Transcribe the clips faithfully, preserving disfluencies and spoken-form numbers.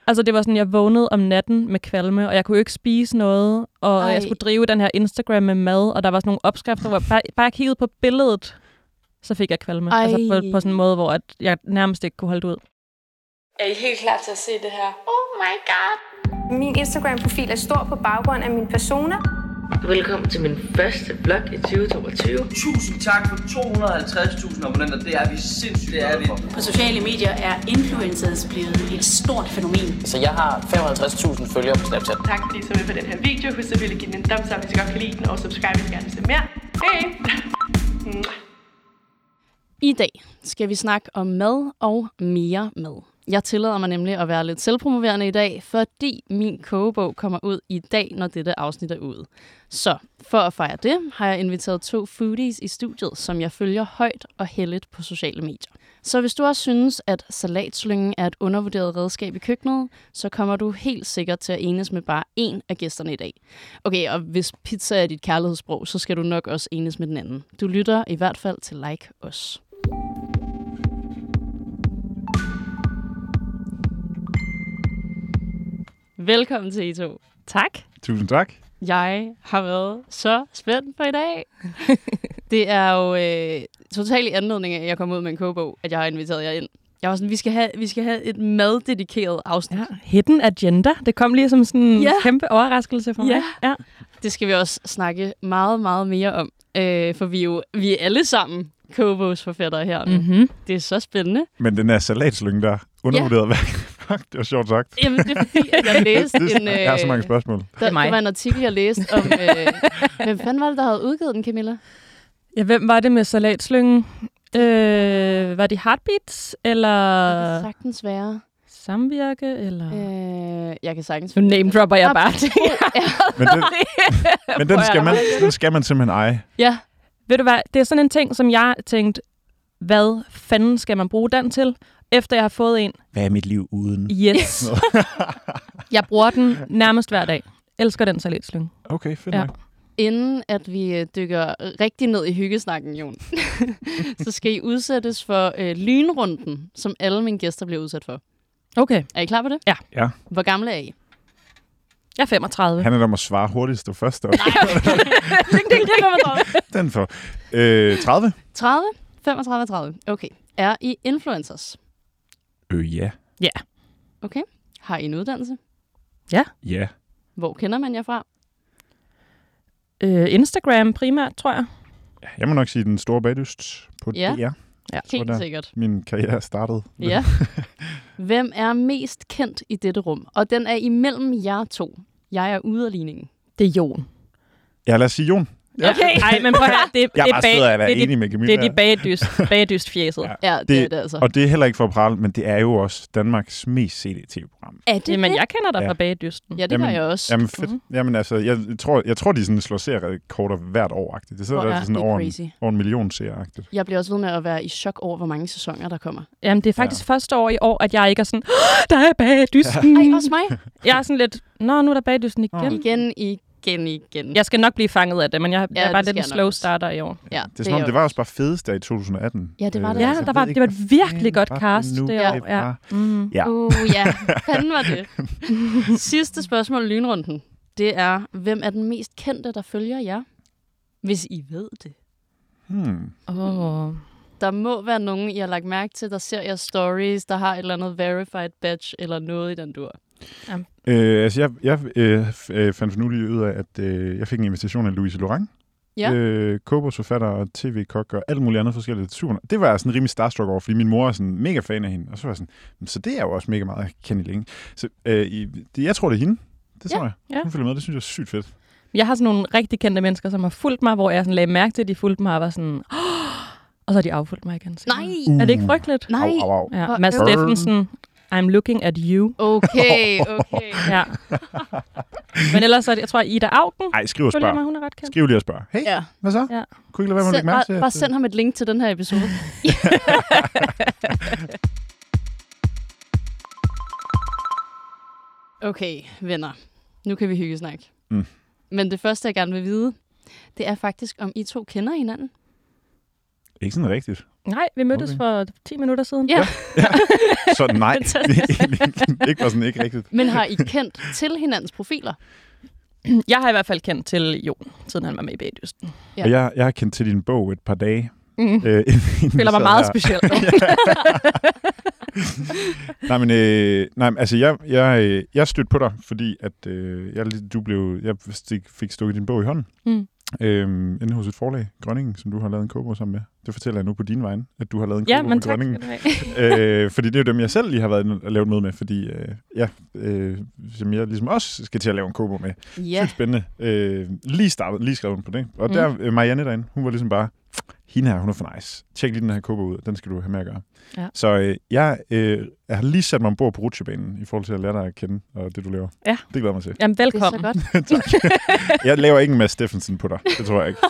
Altså, det var sådan, jeg vågnede om natten med kvalme, og jeg kunne ikke spise noget, og Ej. jeg skulle drive den her Instagram med mad, og der var sådan nogle opskrifter, hvor bare, bare jeg kiggede på billedet, så fik jeg kvalme. Ej. Altså på, på sådan en måde, hvor at jeg nærmest ikke kunne holde det ud. Er I helt klar til at se det her? Oh my god! Min Instagram-profil er stor på baggrund af min persona. Velkommen til min første vlog i tyve toogtyve. Tusind tak for to hundrede og halvtreds tusind abonnenter. Det er vi sindssygt det er vi. På sociale medier er influencers blevet et stort fænomen. Så jeg har femoghalvtreds tusind følgere på Snapchat. Tak fordi I så med på den her video. Husk selvfølgelig at give den en thumbs up, hvis I godt kan lide den, og subscribe, hvis I gerne vil se mere. Hej! I dag skal vi snakke om mad og mere mad. Jeg tillader mig nemlig at være lidt selvpromoverende i dag, fordi min kogebog kommer ud i dag, når dette afsnit er ude. Så for at fejre det, har jeg inviteret to foodies i studiet, som jeg følger højt og heldigt på sociale medier. Så hvis du også synes, at salatslyngen er et undervurderet redskab i køkkenet, så kommer du helt sikkert til at enes med bare én af gæsterne i dag. Okay, og hvis pizza er dit kærlighedssprog, så skal du nok også enes med den anden. Du lytter i hvert fald til Like Os. Velkommen til I to. Tak. Tusind tak. Jeg har været så spændt på i dag. Det er jo øh, totalt i anledning af, at jeg kom ud med en kogebog, at jeg har inviteret jer ind. Jeg var sådan, vi skal have, vi skal have et maddedikeret afsnit. Ja, hidden agenda. Det kom lige som sådan en ja. kæmpe overraskelse for mig. Ja. Ja. Det skal vi også snakke meget, meget mere om. Øh, for vi er jo vi er alle sammen kogebogsforfattere her. Mm-hmm. Det er så spændende. Men den er salatslynge der, undervurderet værk. Det var sjovt sagt. Jamen, det er fordi, at jeg læste det, en... Øh, jeg har så mange spørgsmål. Der, der var en artikel, jeg læste om... Øh, hvem fanden var det, der havde udgivet den, Camilla? Ja, hvem var det med salatslyngen? Øh, var det Heartbeats, eller... Det kan sagtens være. Samvirke, eller... Øh, jeg kan sagtens... Nu name-dropper jeg bare til. Men, den, men den, skal man, den skal man simpelthen eje. Ja. Ved du hvad, det er sådan en ting, som jeg tænkte, hvad fanden skal man bruge den til? Efter jeg har fået en. Hvad er mit liv uden? Yes. Jeg bruger den nærmest hver dag. Elsker den salatslynge. Okay, fedt ja. nok. Inden at vi dykker rigtig ned i hyggesnakken, Jon, så skal I udsættes for øh, lynrunden, som alle mine gæster bliver udsat for. Okay. Er I klar på det? Ja. Ja. Hvor gamle er I? Jeg er femogtredive. Han er der må svare hurtigst og først. Nej. Den for. Øh, tredive? tredive? femogtredive tredive. Okay. Er I influencers? Øh, ja. Ja. Okay. Har I en uddannelse? Ja. Ja. Hvor kender man jer fra? Øh, Instagram primært, tror jeg. Jeg må nok sige den store bagdyst på ja. D R. Ja, helt der sikkert. Min karriere startede. Ja. Hvem er mest kendt i dette rum? Og den er imellem jer to. Jeg er ude af ligningen. Det er Jon. Ja, lad os sige Jon. Ja. Okay. Ej, men prøv at høre. Det, jeg er det bare sidder og er enig de, med Camilla. Det er de bagdyst, bagdyst fjeset. Ja, det, det er det altså. Og det er heller ikke for at prale, men det er jo også Danmarks mest sete tv-program. Er det Jamen, det? jeg kender dig ja. fra bagdysten. Ja, det gør jeg også. Jamen, fedt. Mm-hmm. Jamen, altså, jeg tror, jeg tror de sådan slår serierekorder hvert år-agtigt. Det sidder oh, der ja, sådan det over en, over en million seere-agtigt. Jeg bliver også ved med at være i chok over, hvor mange sæsoner der kommer. Jamen, det er faktisk ja. første år i år, at jeg ikke er sådan, der er bagdysten. Ja. Ej, også mig. Jeg er sådan lidt, nå, nu er der bagdysten igen. Oh. Igen, igen, igen. Jeg skal nok blive fanget af det, men jeg, ja, jeg er bare lidt en slow også. starter i år. Ja, det er som om, det var også bare fedest der i to tusind atten. Ja, det var det. Ja, altså. der var, det var et virkelig godt cast nu, det ja. år. Ja. Mm. ja. Uh, ja. Fanden var det. Sidste spørgsmål i lynrunden. Det er, hvem er den mest kendte, der følger jer? Hvis I ved det. Hmm. Oh. Der må være nogen, I har lagt mærke til, der ser jeres stories, der har et eller andet verified badge eller noget i den dur. Ja. Øh, altså, jeg, jeg øh, fandt for nylig ud af, at øh, jeg fik en invitation af Louise Lorang. Ja. Øh, kogebogsforfatter og tv-kok og alt muligt andet forskelligt. Super. Det var jeg sådan rimelig starstruck over, fordi min mor er sådan mega fan af hende. Og så var jeg sådan, så det er jo også mega meget kendt længe. Så øh, i, det, jeg tror, det er hende. Det tror ja. jeg. Ja. Hun følger med. Det synes jeg er sygt fedt. Jeg har sådan nogle rigtig kendte mennesker, som har fulgt mig, hvor jeg sådan lagde mærke til, at de fulgte mig og var sådan, oh! og så har de affulgt mig igen. Nej! Uh. Er det ikke frygteligt? Nej! Au, au, au. Ja. Mads Steffensen, I'm looking at you. Okay, okay. Ja. Men ellers, så, jeg tror, Ida Auken. Ej, skriv og spørg. Mig, hun er ret kendt. Skriv lige og spørg. Hey, ja. hvad så? Ja. Kunne I lade være med at lægge mærke til? Bare, bare send ham et link til den her episode. Okay, venner. Nu kan vi hygge snak. Mm. Men det første, jeg gerne vil vide, det er faktisk, om I to kender hinanden. Ikke sådan rigtigt. Nej, vi mødtes okay. for ti minutter siden. Ja. ja. Så nej, ikke var sådan ikke rigtigt. Men har I kendt til hinandens profiler? Jeg har i hvert fald kendt til Jon, siden han var med i Bagdysten. Ja. Og jeg, jeg har kendt til din bog et par dage. Mm. Øh, føler mig meget her. Specielt. nej, men øh, nej, altså jeg jeg jeg stødte på dig, fordi at øh, jeg du blev jeg fik stukket din bog i hånden. Mm. Øhm, inde hos et forlag, Grønningen, som du har lavet en kogebog sammen med. Det fortæller jeg nu på din vegne, at du har lavet en kogebog ja, med Grønningen. øh, fordi det er jo dem, jeg selv lige har været og lavet noget med, fordi øh, ja, øh, som jeg ligesom også skal til at lave en kogebog med. Ja. Sygt spændende. Øh, lige startet, lige skrevet på det. Og mm. der, Marianne derinde, hun var ligesom bare, hende her, hun er for nice. Tjek lige den her kogebog ud, den skal du have med at gøre. Ja. Så øh, jeg, øh, jeg har lige sat mig ombord på rutsjebanen i forhold til at lære dig at kende, og det du laver. Ja. Det glæder mig til. Jamen, velkommen. Det er så godt. Jeg laver ikke en Mads Steffensen på dig, det tror jeg ikke.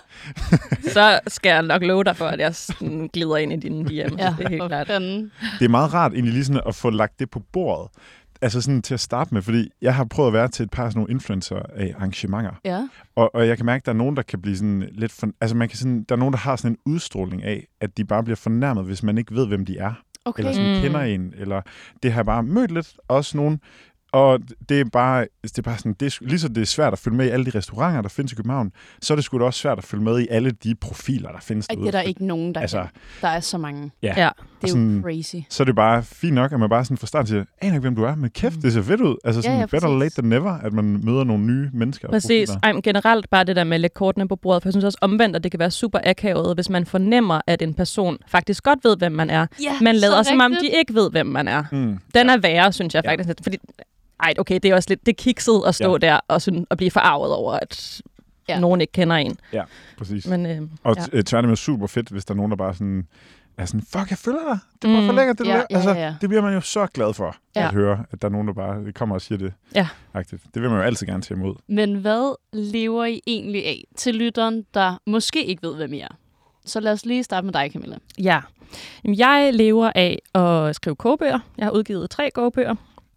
Så skal jeg nok love dig for, at jeg sådan glider ind i dine D M's. Ja, det er helt klart. Det er meget rart egentlig lige sådan at få lagt det på bordet. Altså sådan til at starte med, fordi jeg har prøvet at være til et par sådan nogle influencer af arrangementer. Ja. Og, og jeg kan mærke, at der er nogen, der kan blive sådan lidt... For, altså man kan sådan, der er nogen, der har sådan en udstråling af, at de bare bliver fornærmet, hvis man ikke ved, hvem de er. Okay. Eller sådan Mm. kender en. Eller det har jeg bare mødt lidt. Også nogen... Og det er bare, det er bare sådan, det er, lige så det er svært at følge med i alle de restauranter, der findes i København, så er det sgu da også svært at følge med i alle de profiler, der findes derude. Det er der ikke nogen, der altså, kan. Der er så mange. Ja. ja. Det er sådan, jo crazy. Så er det bare fint nok, at man bare sådan fra start siger, aner ikke, hvem du er, men kæft, det ser fedt ud. Altså sådan, ja, ja, better late than never, at man møder nogle nye mennesker. Præcis. Ej, generelt bare det der med at lægge kortene på bordet, for jeg synes også omvendt, at det kan være super akavet, hvis man fornemmer, at en person faktisk godt ved, hvem man er. Ja, man lader som om, rigtigt. de ikke ved, hvem man er. Mm. Den er værre, synes jeg faktisk. Ja. Fordi ej, okay, det er også lidt det kikset at stå ja. der og, sådan, og blive forarvet over, at ja. nogen ikke kender en. Ja, præcis. Men, øh, og ja. tværtimod super fedt, hvis der er nogen, der bare sådan, er sådan, fuck, jeg følger dig. Det er bare Mm. for lækkert, det Ja, der. ja, Altså, ja. det bliver man jo så glad for Ja. at høre, at der er nogen, der bare kommer og siger det. Ja. Agtigt. Det vil man jo altid gerne tage imod. Men hvad lever I egentlig af til lytteren, der måske ikke ved, hvem I er? Så lad os lige starte med dig, Camilla. Ja. Jamen, jeg lever af at skrive kogebøger. Jeg har udgivet tre kogebøger.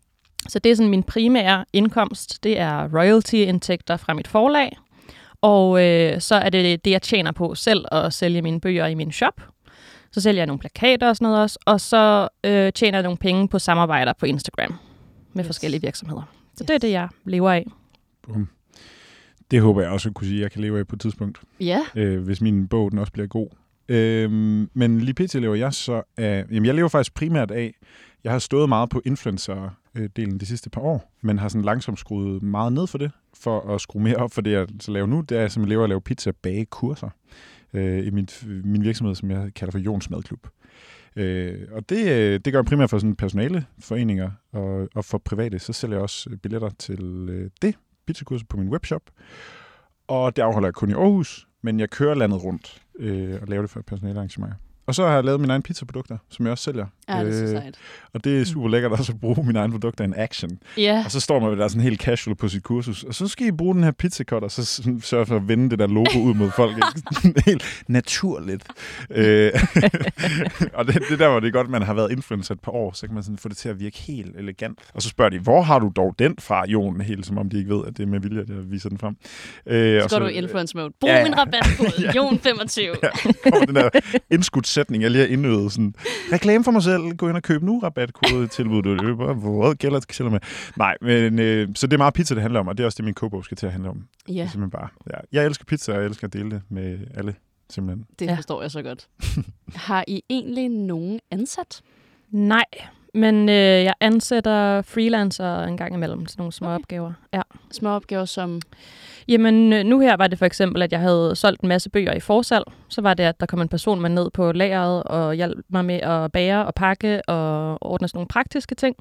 Så det er sådan min primære indkomst. Det er royalty-indtægter fra mit forlag. Og øh, så er det det, jeg tjener på selv at sælge mine bøger i min shop. Så sælger jeg nogle plakater og sådan noget også. Og så øh, tjener jeg nogle penge på samarbejder på Instagram med yes. forskellige virksomheder. Så yes. det er det, jeg lever af. Boom. Det håber jeg også at kunne sige, at jeg kan leve af på et tidspunkt. Ja. Øh, hvis min bog den også bliver god. Øh, men lige pt. Lever jeg så af... Jamen, jeg lever faktisk primært af... Jeg har stået meget på influencer-delen de sidste par år, men har sådan langsomt skruet meget ned for det, for at skrue mere op for det, jeg så laver nu. Det er, som jeg lever at lave pizza-bage-kurser øh, i min, min virksomhed, som jeg kalder for Jons Madklub. Øh, og det, det gør jeg primært for sådan personaleforeninger og, og for private. Så sælger jeg også billetter til øh, det pizzakurser på min webshop. Og det afholder jeg kun i Aarhus, men jeg kører landet rundt øh, og laver det for personalearrangementer. Og så har jeg lavet mine egne pizzaprodukter, som jeg også sælger. Ja, det er så øh, sejt. Og det er super lækkert også at bruge mine egne produkter i en action. Ja. Og så står man der sådan helt casual på sit kursus, og så skal I bruge den her pizzacut, og så sørge for at vende det der logo ud mod folk. Helt naturligt. øh, og det, det der, hvor det er godt, man har været influencer et par år, så kan man sådan få det til at virke helt elegant. Og så spørger de, hvor har du dog den fra, Jon? Helt som om de ikke ved, at det er med vilje, at jeg viser den frem. Øh, så går du i influence mode. Brug ja, ja. min rabatkode, ja. Jon femogtyve. Ja, kommer den der indskudsætning, jeg lige har indøvet. Sådan, reklame for mig selv, gå ind og køb nu rabatkode tilbud, du løber, hvor gælder det til med. Nej, men øh, så det er meget pizza, det handler om, og det er også det, min kogebog skal til at handle om. Ja. Det er simpelthen bare, ja. Jeg elsker pizza, og jeg elsker at dele det med alle, simpelthen. Det forstår ja. jeg så godt. Har I egentlig nogen ansat? Nej, men øh, jeg ansætter freelancer en gang imellem til nogle små okay. opgaver. Ja. Små opgaver som... Jamen, nu her var det for eksempel, at jeg havde solgt en masse bøger i forsalg. Så var det, at der kom en person med ned på lageret og hjalp mig med at bære og pakke og ordne sådan nogle praktiske ting.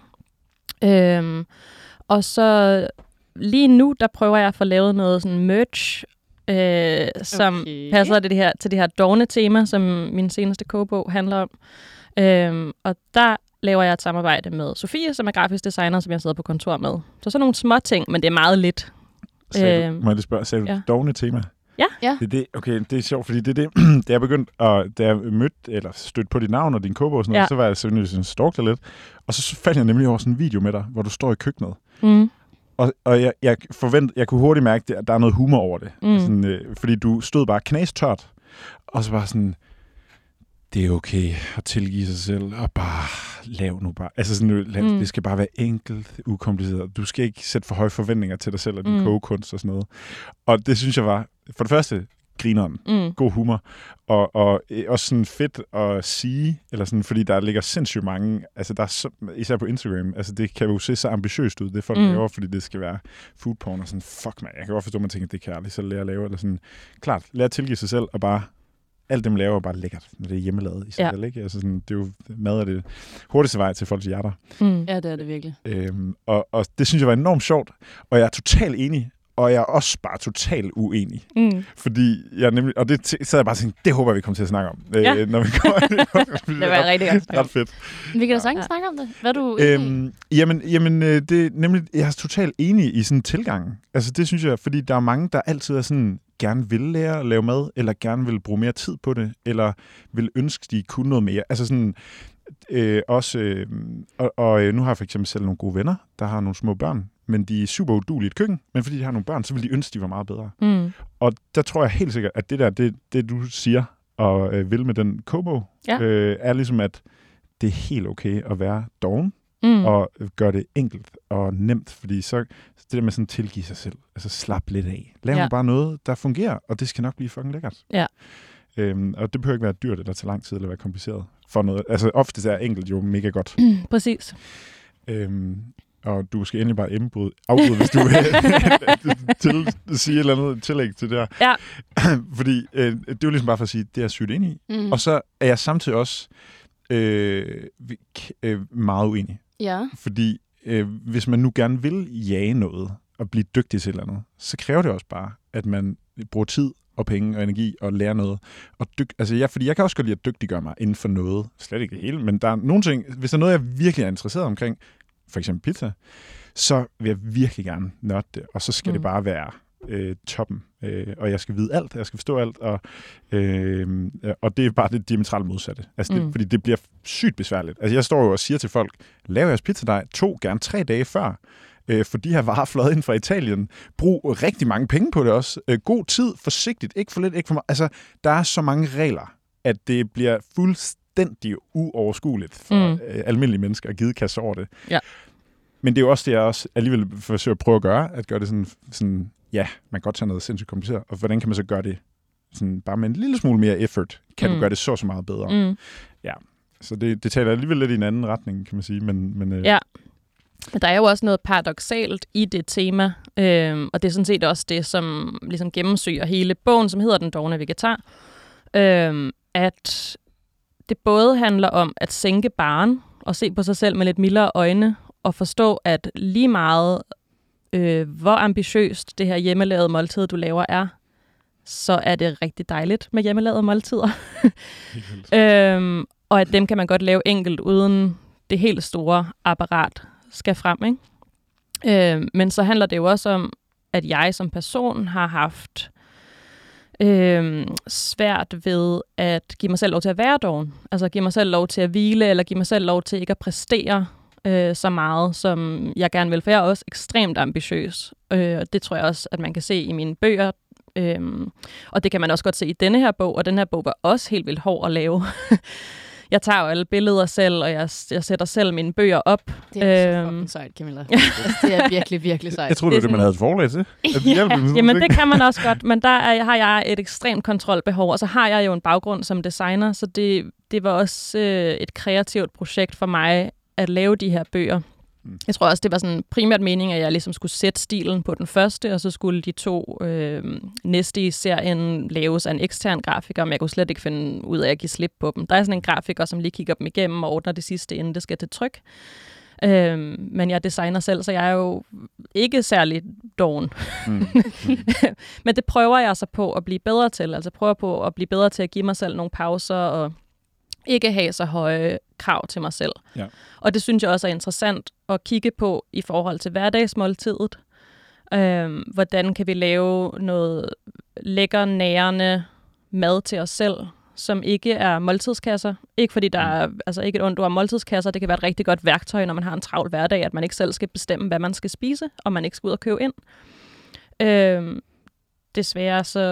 Øhm, og så lige nu, der prøver jeg at få lavet noget sådan merch, øh, som okay. passer det her, til det her Dawn-tema, som min seneste kogebog handler om. Øhm, og der laver jeg et samarbejde med Sofie, som er grafisk designer, som jeg sidder på kontor med. Så sådan nogle små ting, men det er meget lidt. Sagde du, må jeg lige spørge, sagde du ja. Dawn-tema? Ja. ja. Det er det, okay, det er sjovt, fordi det er det, da jeg begyndte at, da jeg mødte, eller stødte på dit navn og din kogebog og sådan noget, ja. så var jeg selvfølgelig sådan stalked lidt. Og så faldt jeg nemlig over sådan en video med dig, hvor du står i køkkenet. Mm. Og, og jeg, jeg forvent, jeg kunne hurtigt mærke, at der er noget humor over det. Mm. Sådan, øh, fordi du stod bare knastørt, og så bare sådan, det er okay at tilgive sig selv, og bare lav nu bare. Altså sådan, lav, mm. det skal bare være enkelt, ukompliceret. Du skal ikke sætte for høje forventninger til dig selv og din mm. kogekunst og sådan noget. Og det synes jeg var, for det første, grineren, mm. god humor, og, og også sådan fedt at sige, eller sådan, fordi der ligger sindssygt mange, altså der er så, især på Instagram, altså det kan jo se så ambitiøst ud, det folk mm. laver, fordi det skal være food porn, og sådan, fuck man, jeg kan godt forstå, at man tænker, det kan jeg aldrig selv lære at lave, eller sådan, klart, lære at tilgive sig selv, og bare, alt dem laver er bare lækkert, når det er hjemmelavet i sig selv, ikke? Altså sådan, det er jo, mad er det hurtigste vej til folks hjerter. Mm. Ja, det er det virkelig. Øhm, og, og det synes jeg var enormt sjovt, og jeg er totalt enig. Og jeg er også bare totalt uenig. Mm. Fordi jeg nemlig... Og det sad jeg bare og tænkte, det håber jeg, vi kommer til at snakke om. Ja. Øh, når vi kommer det var rigtig godt snakke om. Ret fedt. Vi kan da sagtens ja. snakke om det. Hvad er du øhm, jamen, jamen, det er nemlig... Jeg er totalt enig i sådan en tilgang. Altså, det synes jeg, fordi der er mange, der altid er sådan, gerne vil lære at lave mad, eller gerne vil bruge mere tid på det, eller vil ønske, de kunne noget mere. Altså sådan... Øh, også... Øh, og, og nu har jeg for eksempel selv nogle gode venner, der har nogle små børn, men de er super uduelige i et køkken, men fordi de har nogle børn, så vil de ønske, de var meget bedre. Mm. Og der tror jeg helt sikkert, at det der, det, det du siger og øh, vil med den kogebog, ja. øh, er ligesom, at det er helt okay at være doven, mm. og gøre det enkelt og nemt, fordi så det der med sådan tilgive sig selv, altså slap lidt af. Lav ja. bare noget, der fungerer, og det skal nok blive fucking lækkert. Ja. Øhm, og det behøver ikke være dyrt, eller tage lang tid, eller være kompliceret for noget. Altså oftest er enkelt jo mega godt. Mm, præcis. Øhm, og du skal endelig bare indbryde, afbryde, hvis du vil til, sige et eller andet tillæg til det her. Ja. Fordi øh, det er jo ligesom bare for at sige, det er jeg sygt enig i. Mm. Og så er jeg samtidig også øh, øh, meget uenig. Ja. Fordi øh, hvis man nu gerne vil jage noget og blive dygtig til et eller andet, så kræver det også bare, at man bruger tid og penge og energi og lære noget. Og dyg, altså jeg, fordi jeg kan også godt lide at dygtiggøre mig inden for noget. Slet ikke det hele, men der er nogle ting, hvis der er noget, jeg virkelig er interesseret omkring, for eksempel pizza, så vil jeg virkelig gerne nørde det, og så skal mm. det bare være øh, toppen. Øh, og jeg skal vide alt, jeg skal forstå alt, og, øh, og det er bare det diametrale modsatte. Altså det, mm. Fordi det bliver sygt besværligt. Altså jeg står jo og siger til folk, lav jeres pizzadej to, gerne tre dage før, øh, for de her varer fløjet ind fra Italien. Brug rigtig mange penge på det også. Øh, god tid, forsigtigt, ikke for lidt, ikke for meget. Altså der er så mange regler, at det bliver fuldstændig uoverskueligt for mm. øh, almindelige mennesker at give kasse over det. Ja. Men det er jo også det, jeg også alligevel forsøger at prøve at gøre, at gøre det sådan, sådan ja, man kan godt tage noget sindssygt kompliceret, og hvordan kan man så gøre det sådan, bare med en lille smule mere effort? Kan mm. du gøre det så så meget bedre? Mm. Ja, så det, det taler alligevel lidt i en anden retning, kan man sige. Men, men, øh... Ja, der er jo også noget paradoksalt i det tema, øh, og det er sådan set også det, som ligesom gennemsyrer hele bogen, som hedder Den dovne vegetar, øh, at det både handler om at sænke barren og se på sig selv med lidt mildere øjne, og forstå, at lige meget øh, hvor ambitiøst det her hjemmelavede måltid, du laver, er, så er det rigtig dejligt med hjemmelavede måltider. øhm, og at dem kan man godt lave enkelt, uden det helt store apparat skal frem. Ikke? Øhm, men så handler det jo også om, at jeg som person har haft øhm, svært ved at give mig selv lov til at være doven. Altså give mig selv lov til at hvile, eller give mig selv lov til ikke at præstere øh, så meget, som jeg gerne vil. For jeg er også ekstremt ambitiøs. Øh, og det tror jeg også, at man kan se i mine bøger. Øhm, og det kan man også godt se i denne her bog, og den her bog var også helt vildt hård at lave. Jeg tager jo alle billeder selv, og jeg, jeg sætter selv mine bøger op. Det er øhm. så fucking sejt, Camilla. Det er virkelig, virkelig sejt. Jeg troede, det var det, man havde et forlag til. Ja, jamen det kan man også godt, men der er, har jeg et ekstremt kontrolbehov, og så har jeg jo en baggrund som designer, så det, det var også øh, et kreativt projekt for mig at lave de her bøger. Jeg tror også, det var sådan primært meningen, at jeg ligesom skulle sætte stilen på den første, og så skulle de to øh, næste i serien laves af en ekstern grafiker, men jeg kunne slet ikke finde ud af at give slip på dem. Der er sådan en grafiker, som lige kigger dem igennem og ordner det sidste, inden det skal til tryk. Øh, men jeg designer selv, så jeg er jo ikke særlig doven. Mm. Mm. Men det prøver jeg så på at blive bedre til. Altså prøver på at blive bedre til at give mig selv nogle pauser og ikke have så høje krav til mig selv. Ja. Og det synes jeg også er interessant at kigge på i forhold til hverdagsmåltidet. Øhm, hvordan kan vi lave noget lækker, nærende mad til os selv, som ikke er måltidskasser. Ikke fordi der er altså ikke et ondt ord måltidskasser. Det kan være et rigtig godt værktøj, når man har en travl hverdag, at man ikke selv skal bestemme, hvad man skal spise, og man ikke skal ud og købe ind. Øhm, desværre så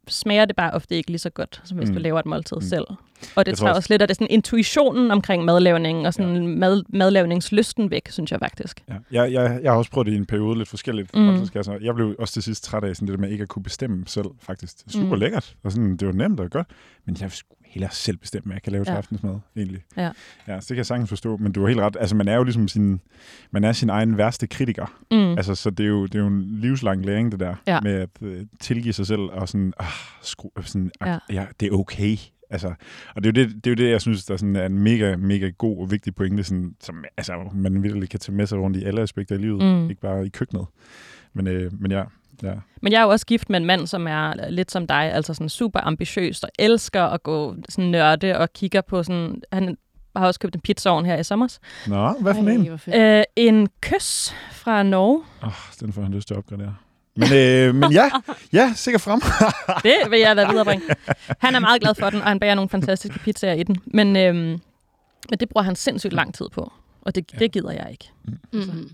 smager det bare ofte ikke lige så godt, som hvis mm. du laver et måltid mm. selv. Og det jeg tager også, også lidt af det sådan intuitionen omkring madlavningen, og sådan ja. mad, madlavningslysten væk, synes jeg faktisk. Ja. Jeg, jeg, jeg har også prøvet det i en periode lidt forskelligt. Mm. Jeg blev også til sidst træt af sådan det der med ikke at kunne bestemme selv, faktisk. Super mm. lækkert, og sådan, det var nemt og godt, men jeg skulle hellere selv bestemme, hvad jeg kan lave til ja. aftensmad, egentlig. Ja. Ja, så det kan jeg sagtens forstå, men du har helt ret. Altså, man er jo ligesom sin, man er sin egen værste kritiker. Mm. Altså, så det er, jo, det er jo en livslang læring, det der, ja. med at uh, tilgive sig selv og sådan, ah, skru, sådan ja. ja, det er okay. Altså, og det er, jo det, det er jo det, jeg synes, der sådan er en mega, mega god og vigtig pointe, sådan, som altså, man virkelig kan tage med sig rundt i alle aspekter af livet, mm. ikke bare i køkkenet. Men, øh, men ja, ja. Men jeg er jo også gift med en mand, som er lidt som dig, altså sådan super ambitiøs og elsker at gå sådan nørde og kigger på sådan, han har også købt en pizzaovn her i sommer. Nå, hvad for en? Øh, en Køs fra Norge. Åh, oh, den får han lyst til at opgradere. Men, øh, men ja, ja, sikkert frem. Det vil jeg da viderebringe. Han er meget glad for den, og han bager nogle fantastiske pizzaer i den. Men, øh, men det bruger han sindssygt lang tid på. Og det, ja. det gider jeg ikke. Mm. Mm.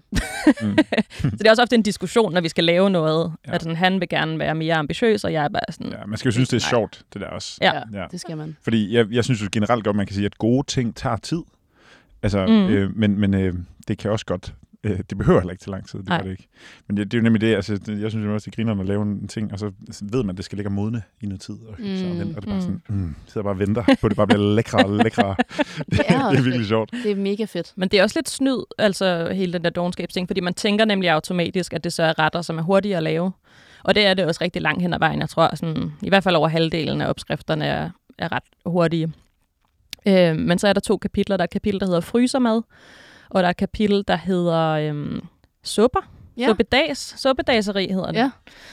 Så det er også ofte en diskussion, når vi skal lave noget, ja. at sådan, han vil gerne være mere ambitiøs, og jeg er bare sådan... Ja, man skal jo synes, det er sjovt, det der også. Ja, ja. det skal man. Fordi jeg, jeg synes jo generelt godt, man kan sige, at gode ting tager tid. Altså, mm. øh, men men øh, det kan også godt... Øh, det behøver heller ikke til lang tid, det gør det ikke. Men det, det er jo nemlig det, altså, det, jeg synes jo også, det griner at lave en ting, og så ved man, at det skal ligge og modne i noget tid, og, mm. så, og det er bare sådan, mm, sidder bare og venter på, at det bare bliver lækre og lækre. Det er, det er virkelig sjovt. Det er mega fedt. Men det er også lidt snyd, altså hele den der dovenskabsting, fordi man tænker nemlig automatisk, at det så er retter, som er hurtige at lave. Og det er det også rigtig langt hen ad vejen. Jeg tror, sådan, i hvert fald over halvdelen af opskrifterne er, er ret hurtige. Øh, men så er der to kapitler. Der er et kapitel, der hedder frysermad, og der er et kapitel, der hedder øhm, supper. Ja. Suppedags. Suppedaseri hedder det.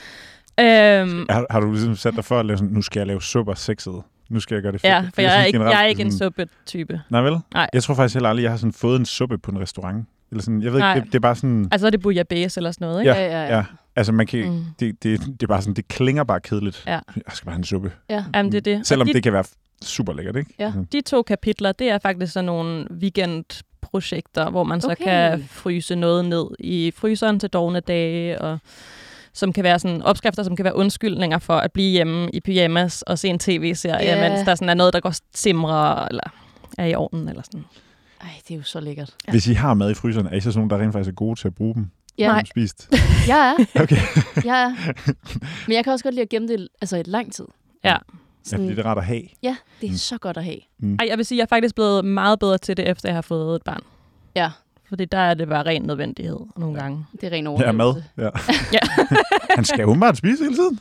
Ja. Øhm, har, har du ligesom sat dig for at lave sådan, nu skal jeg lave supper sexet? Nu skal jeg gøre det fedt. Ja, for jeg, jeg, er ikke, jeg er ikke en suppetype. Nej vel? Nej. Jeg tror faktisk heller aldrig, jeg har sådan fået en suppe på en restaurant. Eller sådan, jeg ved ikke, det, det er bare sådan... Altså er det bouillabaisse eller sådan noget, ikke? Ja, ja, ja. ja. Altså man kan, mm. det, det, det er bare sådan, det klinger bare kedeligt. Ja. Jeg skal bare have en suppe. Ja, jamen det er det. Selvom de, det kan være super lækkert, ikke? Ja. De to kapitler, det er faktisk sådan nogle weekendprojekter, hvor man så okay. kan fryse noget ned i fryseren til dovne dage, og som kan være sådan opskrifter, som kan være undskyldninger for at blive hjemme i pyjamas og se en tv-serie, yeah. mens der sådan er noget, der går simrer eller er i ovnen eller sådan. Ej, det er jo så lækkert. Ja. Hvis I har mad i fryseren, er I så sådan nogle, der rent faktisk er gode til at bruge dem? Ja. Nej. Spist? Jeg er. Okay. Jeg er. Men jeg kan også godt lide at gemme det altså et lang tid. Ja. Ja, fordi det er rart at have. Ja, det er mm. så godt at have. Mm. Ej, jeg vil sige, jeg er faktisk blevet meget bedre til det, efter jeg har fået et barn. Ja. Fordi der er det bare ren nødvendighed nogle ja. gange. Det er ren overlevelse. Ja, mad. Ja. ja. Han skal jo umiddelbart spise hele tiden.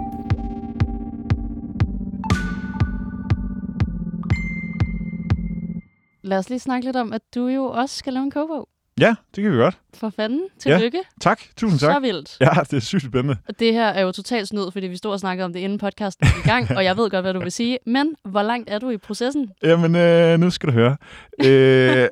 Lad os lige snakke lidt om, at du jo også skal lave en kogebog. Ja, det kan vi godt. For fanden. Tillykke. Ja, tak. Tusind tak. Så vildt. Ja, det er sygt spændende. Og det her er jo totalt snyd, fordi vi stod og snakkede om det inden podcasten i gang, og jeg ved godt, hvad du vil sige. Men hvor langt er du i processen? Jamen, øh, nu skal du høre. øh,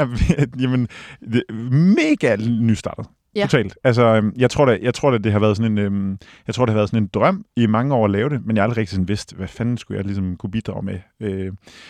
jamen, det er mega nystartet. Ja. Totalt. Altså, jeg tror da, jeg tror da, det har været sådan en, øhm, jeg tror det har været sådan en drøm i mange år at lave det, men jeg har aldrig rigtig sådan vidst, hvad fanden skulle jeg ligesom kunne bidrage med. Øh,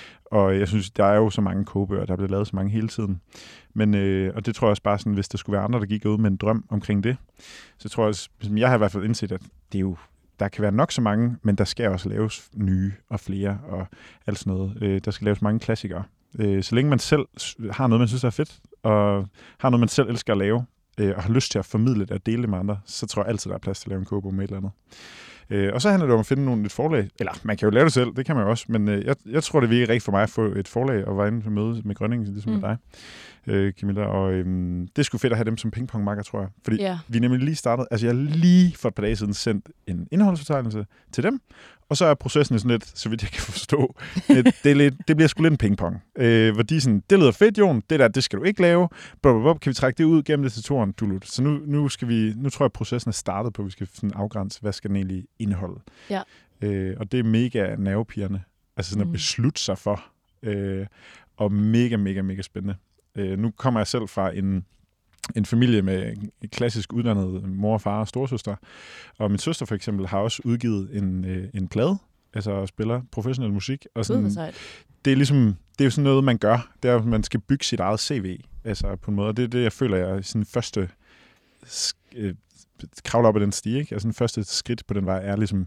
og jeg synes, der er jo så mange kogebøger, der bliver lavet så mange hele tiden. Men, øh, og det tror jeg også bare sådan, hvis der skulle være andre, der gik ud med en drøm omkring det, så tror jeg også, jeg har i hvert fald indset, at det er jo, der kan være nok så mange, men der skal også laves nye og flere og alt sådan noget. Øh, der skal laves mange klassikere. Øh, så længe man selv har noget, man synes er fedt, og har noget, man selv elsker at lave, øh, og har lyst til at formidle det og dele det med andre, så tror jeg altid, der er plads til at lave en kogebog med et eller andet. Øh, og så handler det om at finde nogle et forlag. Eller man kan jo lave det selv, det kan man jo også. Men øh, jeg, jeg tror, det virker rigtigt for mig at få et forlag og være inde på møde med Grønning, ligesom mm. med dig, øh, Camilla. Og øh, det er sgu fedt at have dem som pingpongmakker, tror jeg. Fordi yeah. vi er nemlig lige startet. Altså jeg har lige for et par dage siden sendt en indholdsfortegnelse til dem. Og så er processen sådan lidt, så vidt jeg kan forstå, det, det, er lidt, det bliver sgu lidt en pingpong. Øh, hvor de sådan, det lyder fedt, Jon, det der, det skal du ikke lave. Blablabla, kan vi trække det ud gennem det til toren? Du, så nu, nu, skal vi, nu tror jeg, at processen er startet på, at vi skal sådan afgrænse, hvad skal den egentlig indeholde. Ja. Øh, og det er mega nervepirrende. Altså sådan at beslutte sig for. Øh, og mega, mega, mega spændende. Øh, nu kommer jeg selv fra en... en familie med klassisk uddannet mor, far og storesøster. Og min søster for eksempel har også udgivet en, øh, en plade, altså spiller professionel musik. Og sådan, det er ligesom, det er jo sådan noget, man gør. Det er, at man skal bygge sit eget C V, altså på en måde. Det er det, jeg føler, jeg er sådan første øh, kravle op ad den stige, ikke? Altså den første skridt på den vej er ligesom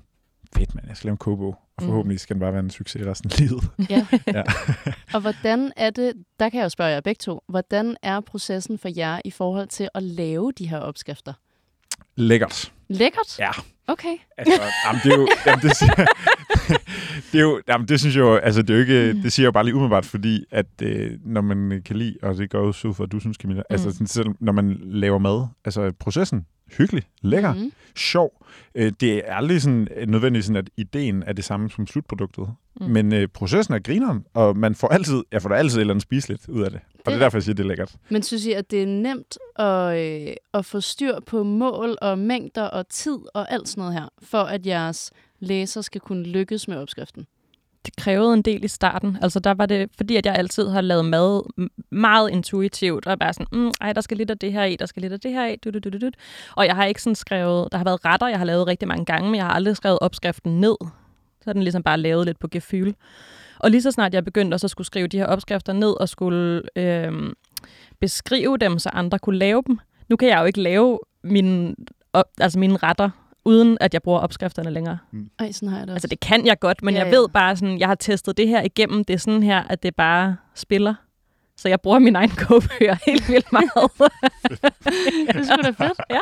fedt, mand, jeg skal lave en kogebog. Og forhåbentlig skal den bare være en succes resten af livet. Ja. ja. Og hvordan er det, der kan jeg jo spørge jer begge to, hvordan er processen for jer i forhold til at lave de her opskrifter? Lækkert. Lækkert? Ja. Okay. Altså, jamen, det er jo... Jamen, det, det er jo... Jamen, det synes jeg jo... Altså, det er jo ikke... Det siger jeg jo bare lige umiddelbart, fordi at øh, når man kan lide, og det går jo så for, at du synes, Camilla, mm. altså sådan, selv når man laver mad, altså processen, hyggelig, lækker, mm. sjov. Øh, det er aldrig sådan, nødvendigt sådan, at ideen er det samme som slutproduktet. Mm. Men øh, processen er grineren, og man får altid... Jeg får da altid et eller andet spiseligt ud af det. Og det er derfor, jeg siger, at det er lækkert. Men synes I, at det er nemt at, øh, at få styr på mål og mængder og tid og alt sådan noget her, for at jeres læser skal kunne lykkes med opskriften? Det krævede en del i starten. Altså der var det, fordi at jeg altid har lavet mad meget intuitivt, og bare sådan, mm, ej, der skal lidt af det her i, der skal lidt af det her i, du, du, du, du, du. Og jeg har ikke sådan skrevet, der har været retter, jeg har lavet rigtig mange gange, men jeg har aldrig skrevet opskriften ned. Så er den ligesom bare lavet lidt på gefühl. Og lige så snart jeg begyndte også at skulle skrive de her opskrifter ned, og skulle øh, beskrive dem, så andre kunne lave dem. Nu kan jeg jo ikke lave mine, op, altså mine retter, uden at jeg bruger opskrifterne længere. Mm. Ej, sådan har jeg det også. Altså det kan jeg godt, men ja, jeg ved bare sådan, jeg har testet det her igennem, det er sådan her, at det bare spiller. Så jeg bruger min egen kogebøger helt vildt meget. Det er sgu da fedt. Ja.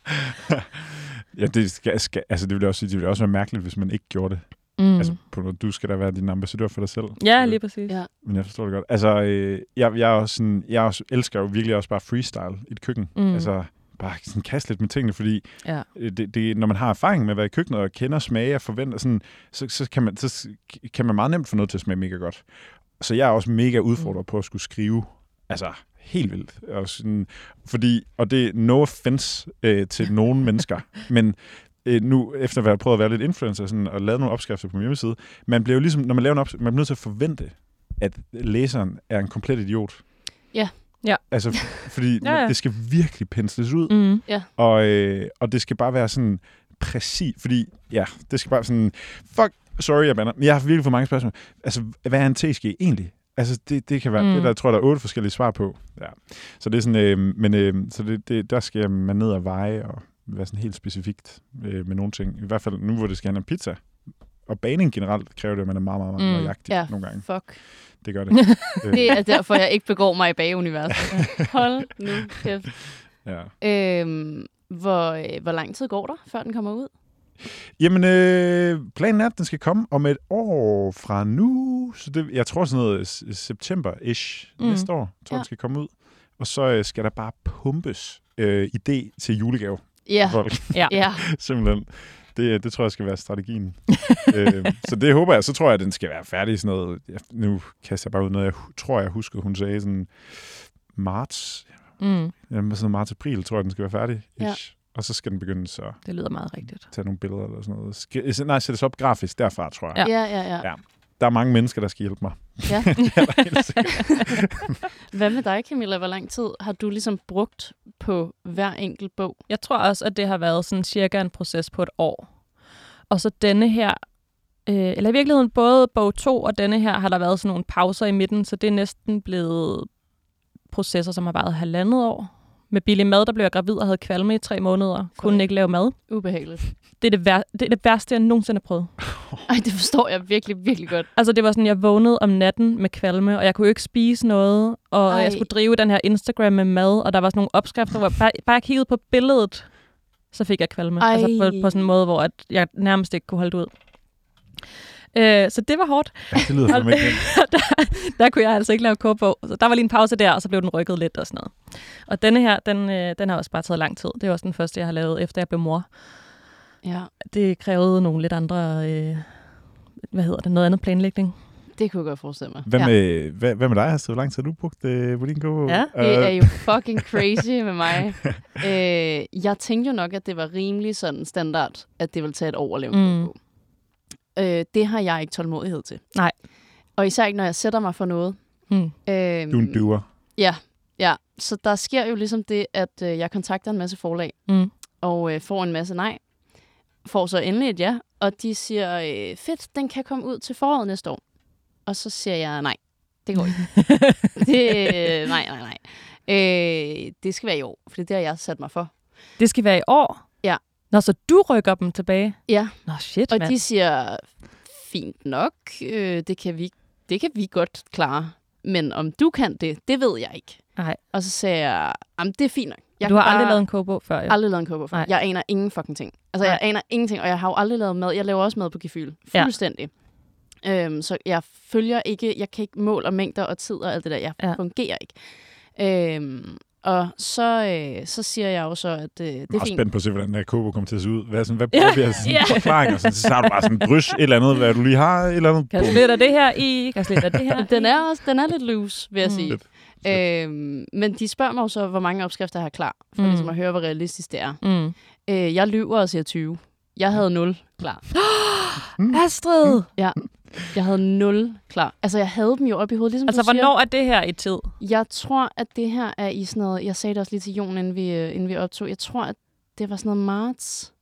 Ja, det, skal, skal, altså, det ville også sige, det ville også være mærkeligt, hvis man ikke gjorde det. Mm. Altså, på, du skal da være din ambassadør for dig selv. Ja, lige præcis. Ja. Men jeg forstår det godt. Altså, øh, jeg, jeg, er også sådan, jeg også elsker jo virkelig også bare freestyle i et køkken. Mm. Altså, bare sådan kaste lidt med tingene, fordi ja. det, det, når man har erfaring med at være i køkkenet og kender smage og forventer, sådan, så, så, kan man, så kan man meget nemt få noget til at smage mega godt. Så jeg er også mega udfordret mm. på at skulle skrive, altså helt vildt. Og sådan, fordi, og det er no offense øh, til nogle mennesker, men øh, nu, efter at have prøvet at være lidt influencer sådan, og lavet nogle opskrifter på min hjemmeside, man bliver jo ligesom, når man laver en opskrift, man bliver nødt til at forvente, at læseren er en komplet idiot. Ja. Ja. Altså, fordi ja, ja. det skal virkelig pensles ud, mm. ja. og, øh, og det skal bare være sådan præcis, fordi, ja, det skal bare sådan, fuck, sorry, jeg bander, men jeg har virkelig for mange spørgsmål. Altså, hvad er en teske egentlig? Altså, det, det kan være, mm. det der tror jeg, der er otte forskellige svar på. Ja. Så det er sådan, øh, men øh, så det, det, der skal man ned og veje og være sådan helt specifikt øh, med nogle ting. I hvert fald nu, hvor det skal have en pizza. Og baning generelt kræver det, at man er meget, meget, meget mm. nøjagtig ja, nogle gange. Fuck. Det gør det. Det er derfor, jeg ikke begår mig i bageuniverset. Hold nu kæft. Ja. Øhm, hvor, hvor lang tid går der, før den kommer ud? Jamen, øh, planen er, at den skal komme om et år fra nu. Så det, jeg tror sådan noget september-ish mm. næste år, tror ja. Den skal komme ud. Og så øh, skal der bare pumpes øh, idé til julegave. Ja. ja. ja. Simpelthen. Det, det tror jeg skal være strategien. øh, så det håber jeg. Så tror jeg, at den skal være færdig sådan noget. Jeg, nu kaster jeg bare ud noget. Jeg tror, jeg husker, hun sagde sådan marts. Mm. Jamen, sådan marts-april, tror jeg, den skal være færdig. Ja. Og så skal den begynde så... Det lyder meget rigtigt. Tage nogle billeder eller sådan noget. Sk- nej, sættes op grafisk derfra, tror jeg. Ja, ja, ja. ja. Der er mange mennesker, der skal hjælpe mig. Ja. Hvad med dig, Camilla? Hvor lang tid har du ligesom brugt på hver enkelt bog? Jeg tror også, at det har været sådan cirka en proces på et år. Og så denne her, øh, eller i virkeligheden både bog to og denne her, har der været sådan nogle pauser i midten, så det er næsten blevet processer, som har varet halvandet år. Med billig mad, der blev jeg gravid og havde kvalme i tre måneder. Kunne ikke lave mad. Ubehageligt. Det er det, vær- det er det værste, jeg nogensinde har prøvet. Ej, det forstår jeg virkelig, virkelig godt. Altså, det var sådan, jeg vågnede om natten med kvalme, og jeg kunne ikke spise noget, og Ej. jeg skulle drive den her Instagram med mad, og der var sådan nogle opskrifter, hvor bare, bare jeg kiggede på billedet, så fik jeg kvalme. Ej. Altså på, på sådan en måde, hvor at jeg nærmest ikke kunne holde det ud. Øh, så det var hårdt. Ja, det lyder for mig ikke. der, der kunne jeg altså ikke lave kogebog. Så der var lige en pause der, og så blev den rykket lidt og sådan noget. Og denne her, den, øh, den har også bare taget lang tid. Det er også den første, jeg har lavet, efter jeg blev mor. Ja. Det krævede nogle lidt andre, øh, hvad hedder det, noget andet planlægning. Det kunne jeg godt forestille mig. Hvad med, ja. hvad, hvad med dig, Astrid? Hvor lang tid har du brugt øh, på din kogebog? Ja, det er jo fucking crazy med mig. øh, jeg tænkte jo nok, at det var rimelig sådan standard, at det ville tage et år at lave en kogebog. Øh, det har jeg ikke tålmodighed til. Nej. Og især ikke, når jeg sætter mig for noget. Mm. Øhm, du er en duer. Ja, ja. Så der sker jo ligesom det, at øh, jeg kontakter en masse forlag, mm. og øh, får en masse nej. Får så endelig et ja, og de siger, øh, fedt, den kan komme ud til foråret næste år. Og så siger jeg, nej, det går ikke. det, øh, nej, nej, nej. Øh, det skal være i år, for det har jeg sat mig for. Det skal være i år? Ja. Nå, så du rykker dem tilbage? Ja. Nå, shit, Og mand. de siger, fint nok, øh, det, kan vi, det kan vi godt klare. Men om du kan det, det ved jeg ikke. Nej. Og så sagde jeg, jamen det er fint nok. Jeg Du har kan aldrig bare- lavet en kogebog før, jo? Aldrig lavet en kogebog før. Nej. Jeg aner ingen fucking ting. Altså, jeg Nej. aner ingenting, og jeg har jo aldrig lavet mad. Jeg laver også mad på Gefyl. Ja. Fuldstændig. Øhm, så jeg følger ikke, jeg kan ikke måle og mængder og tid og alt det der. Jeg Ja. fungerer ikke. Øhm, og så, øh, så siger jeg jo så, at øh, det Jeg er er også fint. spændt på at se, hvordan den her kobo kommer til at se ud. Hvad, sådan, hvad bruger vi af sådan forklaringer? Så, så har du bare sådan en drys, et eller andet, hvad du lige har, et eller andet. Kan jeg slette det her i? Kan jeg slette det her Den i? er, også, den er lidt loose, vil jeg Mm. sige. Fedt. Øhm, men de spørger mig jo så, hvor mange opskrifter jeg har klar, for Mm. mm. ligesom at høre, hvor realistisk det er. Mm. Øh, jeg lyver og siger tyve. Jeg havde nul klar. Astrid! Ja, jeg havde nul klar. Altså, jeg havde dem jo op i hovedet, ligesom Altså, du siger. hvornår er det her i tid? Jeg tror, at det her er i sådan noget... Jeg sagde det også lige til Jon, inden vi, øh, inden vi optog. Jeg tror, at det var sådan noget marts.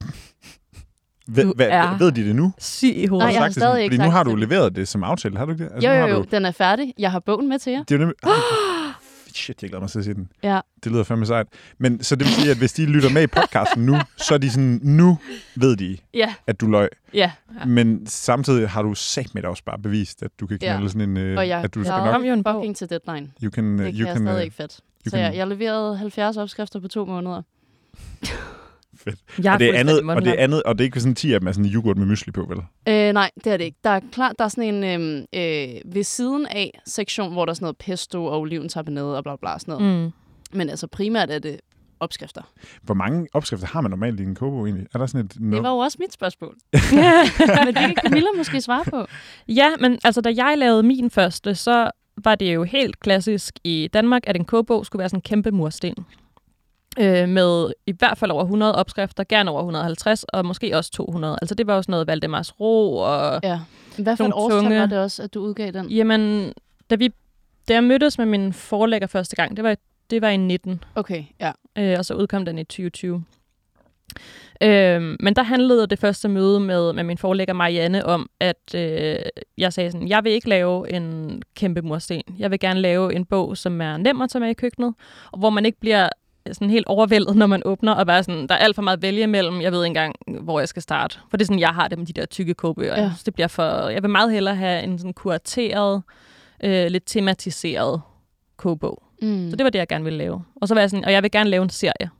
Ved, Du hvad, er ved de det nu? Syg i hovedet. Nej, jeg har Sagt det stadig sådan, ikke fordi nu sagt har du det. leveret det som aftale, har du ikke det? Jo, nu jo, har jo, du, den er færdig. Jeg har bogen med til jer. det er jo nemlig... Shit, jeg glæder mig til at se den. Ja. Det lyder fandme sejt. Men så det vil sige, at hvis de lytter med i podcasten nu, så er de sådan, nu ved de, Ja, at du løg. ja. Ja. Men samtidig har du sagt med dig også bare bevist, at du kan knalde Ja. sådan en... Øh, Og jeg, at du jeg skal havde nok... Kom jo en bog. fucking til deadline. You can, Det uh, kan you jeg can, stadig uh, ikke fedt. you Så can- jeg, jeg leverede halvfjerds opskrifter på to måneder. Jeg er og det er andet, fuldstændig og det er mundlam. andet, og det er ikke sådan ti af dem er sådan yoghurt med mysli på, vel? Øh, nej, det er det ikke. Der er klart, der er sådan en øhm, øh, ved siden af sektion, hvor der er sådan noget pesto og oliventabernade og bla bla sådan noget. Mm. Men altså primært er det opskrifter. Hvor mange opskrifter har man normalt i en kobo egentlig? Er der sådan et... Det var jo også mit spørgsmål. Men det kan Camilla måske svare på. Ja, men altså, da jeg lavede min første, så var det jo helt klassisk i Danmark, at en kogebog skulle være sådan en kæmpe mursten. Øh, med i hvert fald over hundrede opskrifter, gerne over et hundrede og halvtreds, og måske også to hundrede. Altså det var jo sådan noget Valdemars Ro og... Ja. Hvad for Nogle et årstal tunge- var det også, at du udgav den? Jamen, da, vi, da jeg mødtes med min forlægger første gang, det var, det var i nitten, Okay, ja. øh, og så udkom den i tyve tyve. Øh, men der handlede det første møde med, med min forlægger Marianne om, at øh, jeg sagde sådan, jeg vil ikke lave en kæmpe mursten. Jeg vil gerne lave en bog, som er nem at tage med i køkkenet, og hvor man ikke bliver sådan helt overvældet, når man åbner, og bare sådan, der er alt for meget at vælge mellem. Jeg ved ikke engang, hvor jeg skal starte. For det er sådan, jeg har det med de der tykke kogebøger. Ja. Ja. Det bliver for, jeg vil meget hellere have en sådan kurateret, øh, lidt tematiseret kogebog. Mm. Så det var det, jeg gerne ville lave. Og så var jeg sådan, og jeg vil gerne lave en serie.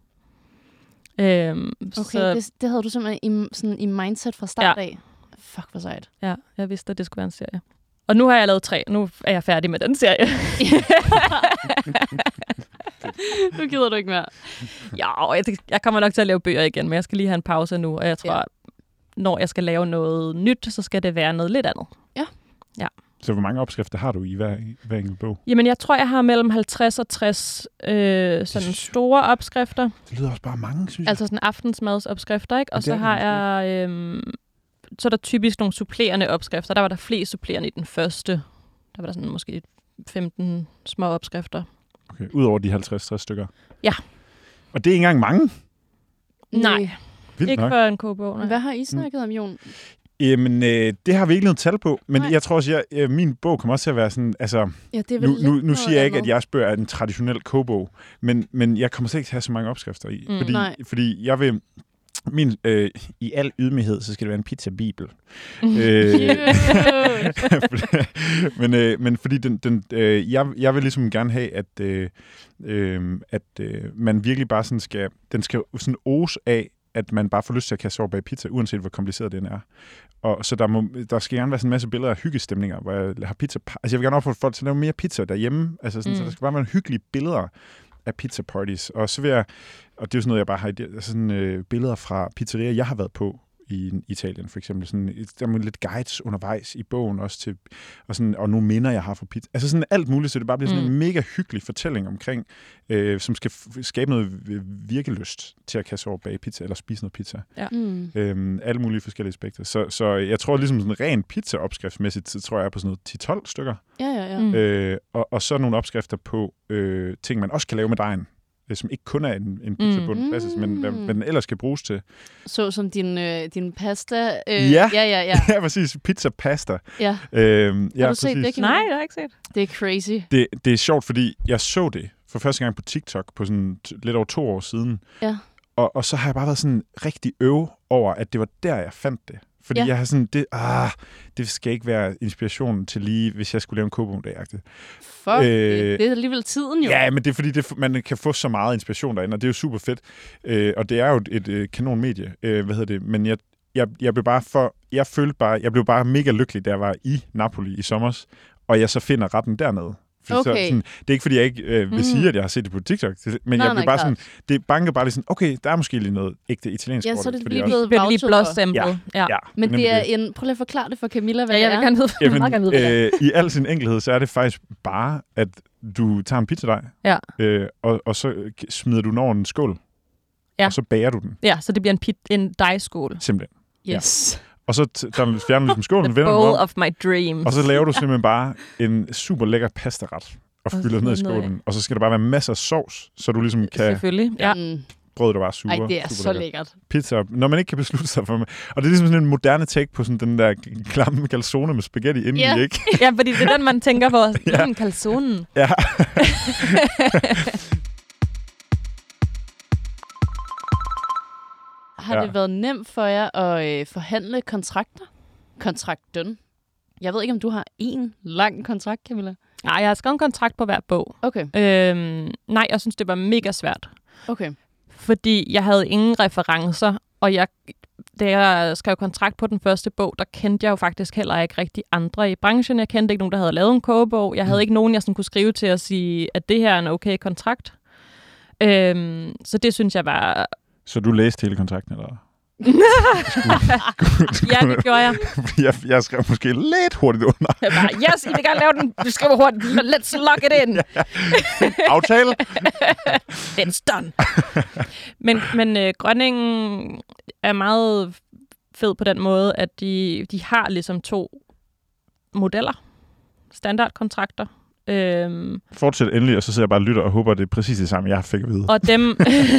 Øhm, Okay, så, det, det havde du simpelthen i, sådan, i mindset fra start Ja. af. Fuck, hvor sejt. ja, jeg vidste, at det skulle være en serie. Og nu har jeg lavet tre. Nu er jeg færdig med den serie. Nu gider du ikke mere. Ja, og jeg, jeg kommer nok til at lave bøger igen, men jeg skal lige have en pause nu, og jeg tror, Ja. ja. når jeg skal lave noget nyt, så skal det være noget lidt andet. Så hvor mange opskrifter har du i hver, i hver enkelt bog? Jamen, jeg tror, jeg har mellem halvtreds og tres øh, sådan store opskrifter. Det lyder også bare mange, synes jeg. Altså sådan aftensmadsopskrifter, ikke? Og Det så er har det jeg... Øh, så er der typisk nogle supplerende opskrifter. Der var der flest supplerende i den første. Der var der sådan måske femten små opskrifter. Okay, udover de halvtreds til tres stykker? Ja. Og det er ikke engang mange? Nej, Vildt ikke nok. for en kogebog. Nej. Hvad har I snakket om, Jon? Jamen, øh, det har vi ikke noget tal på, men Nej. jeg tror også, jeg, øh, min bog kommer også til at være sådan, altså, Ja, det er vel nu, lidt nu, nu noget siger jeg ikke, andet. at jeres bøger er en traditionel kogebog, men, men jeg kommer slet ikke til at have så mange opskrifter i, Mm. fordi, Nej. fordi jeg vil, min, øh, i al ydmyghed, så skal det være en pizza-bibel. øh, men, øh, men fordi den, den, øh, jeg, jeg vil ligesom gerne have, at, øh, øh, at øh, man virkelig bare sådan skal, den skal sådan ose af, at man bare får lyst til at kaste sig over bag pizza, uanset hvor kompliceret den er. Og så der, må, der skal gerne være sådan en masse billeder af hyggestemninger, hvor jeg har pizza... Altså jeg vil gerne opfordre folk til at lave mere pizza derhjemme. Altså sådan, mm. Så der skal bare være hyggelige billeder af pizza parties. Og så vil jeg... Og det er jo sådan noget, jeg bare har... Altså sådan øh, billeder fra pizzerier, jeg har været på i Italien, for eksempel. Sådan, der er lidt guides undervejs i bogen også til... Og, sådan, og nogle minder, jeg har fra pizza. Altså sådan alt muligt, så det bare bliver sådan mm. en mega hyggelig fortælling omkring, øh, som skal f- skabe noget virkelyst til at kaste over bag pizza, eller spise noget pizza. Ja. Mm. Øhm, alle mulige forskellige aspekter. Så, så jeg tror ligesom sådan ren pizza-opskriftsmæssigt, så tror jeg er på sådan noget ti tolv stykker. Ja, ja, ja. Mm. Øh, og, og så nogle opskrifter på øh, ting, man også kan lave med dejen, øh, som ikke kun er en, en pizzabund, Mm. klassisk, men hvad, hvad den ellers skal bruges til. Så som din, øh, din pasta. Øh, Ja. ja, ja, ja. Ja, præcis. Pizza-pasta. ja. Øhm, ja, du set præcis. det, Camilla? Nej, det har jeg ikke set. Det er crazy. Det, det er sjovt, fordi jeg så det for første gang på TikTok på sådan t- lidt over to år siden. Ja. Og, og så har jeg bare været sådan rigtig øv over, at det var der, jeg fandt det. Fordi ja. jeg har sådan, det, ah, det skal ikke være inspiration til lige, hvis jeg skulle lave en kogebog-dag-agtigt. Fuck, øh, det er alligevel tiden jo. Ja, men det er fordi, det, man kan få så meget inspiration derinde, og det er jo super fedt. Øh, og det er jo et, et, et kanonmedie, øh, hvad hedder det, men jeg, jeg, jeg blev bare for, jeg følte bare, jeg blev bare mega lykkelig, da jeg var i Napoli i sommers, og jeg så finder retten dernede. Okay. Så, sådan, det er ikke, fordi jeg ikke øh, vil mm. sige, at jeg har set det på TikTok, men nej, jeg blev bare sådan, det banker bare lige sådan, okay, der er måske lige noget ægte italiensk ja, ord. Så er det lige blevet lige blåstemplet. Ja, ja. ja. Men det er en, prøv lige at forklare det for Camilla, hvad ja, jeg vil det er. Gerne vide, Jamen, vide, øh, i al sin enkelhed, så er det faktisk bare, at du tager en pizzadej, ja. øh, og, og så smider du den over en skål, ja. og så bager du den. Ja, så det bliver en, pit, en dejskål. Simpelthen. Yes. Ja. Og så t- der fjerner du ligesom skålen, The bowl of my dreams. Og så laver du simpelthen bare en super lækker pastaret og fylder ned i skålen. Og så skal der bare være masser af sovs, så du ligesom kan... Selvfølgelig, ja. ja. Brødet er bare super. Ej, det er så lækkert. lækkert. Pizza, når man ikke kan beslutte sig for mig. Og det er ligesom sådan en moderne take på sådan den der klamme calzone med spaghetti indeni, yeah. ikke? Ja, fordi det er den, man tænker på. Ja. Mm, calzonen. Ja. Har ja. det været nemt for jer at øh, forhandle kontrakter? Kontrakten? Jeg ved ikke, om du har en lang kontrakt, Camilla? Nej, jeg har skrevet en kontrakt på hver bog. Okay. Øhm, nej, jeg synes, det var mega svært. Okay. Fordi jeg havde ingen referencer, og jeg, da jeg skrev kontrakt på den første bog, der kendte jeg jo faktisk heller ikke rigtig andre i branchen. Jeg kendte ikke nogen, der havde lavet en kogebog. Jeg havde mm. ikke nogen, jeg sådan kunne skrive til at sige, at det her er en okay kontrakt. Øhm, så det synes jeg var... Så du læste hele kontrakten, eller? Ja, det gjorde jeg. jeg. Jeg skrev måske lidt hurtigt under. Jeg bare, yes, I vil gerne lave den. Du skriver hurtigt. Let's lock it in. Aftale. It's done. Men, men øh, Grønningen er meget fed på den måde, at de, de har ligesom to modeller. Standardkontrakter. Øhm, Fortsæt endelig, og så sidder jeg bare og lytter og håber, at det er præcis det samme, jeg fik at vide. Og dem,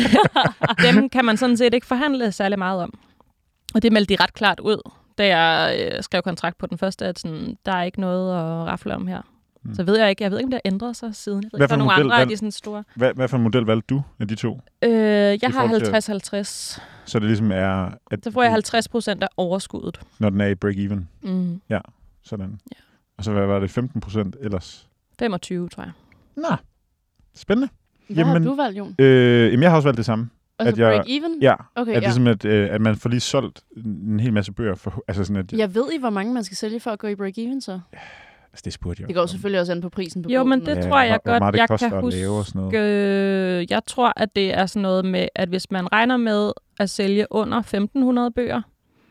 dem kan man sådan set ikke forhandle særlig meget om. Og det meldte de ret klart ud, da jeg øh, skrev kontrakt på den første, at sådan, der er ikke noget at rafle om her. Mm. Så ved jeg ikke, jeg ved ikke, om det har ændret sig siden. Jeg ved hvad ikke, der er nogle model, andre hvad, af de sådan store. Hvad, hvad for en model valgte du af de to? Øh, jeg har halvtreds halvtreds. Så det ligesom er... At så får jeg halvtreds procent af overskuddet. Når den er i break-even? Mm. Ja, sådan. Ja. Og så hvad var det, femten procent ellers? femogtyve, tror jeg. Nå, spændende. Hvad jamen, har du valgt, Jon? Øh, jamen, jeg har også valgt det samme. Altså break-even? Ja, okay, at, ja. ligesom at, øh, at man får lige solgt en hel masse bøger. For, altså sådan at, jeg ved I, hvor mange man skal sælge for at gå i break-even, så? Ja, altså det spurgte jeg. Det går selvfølgelig også an på prisen på jo, bogen. men det ja, tror jeg hvor, godt, hvor jeg kan huske. Øh, jeg tror, at det er sådan noget med, at hvis man regner med at sælge under femten hundrede bøger,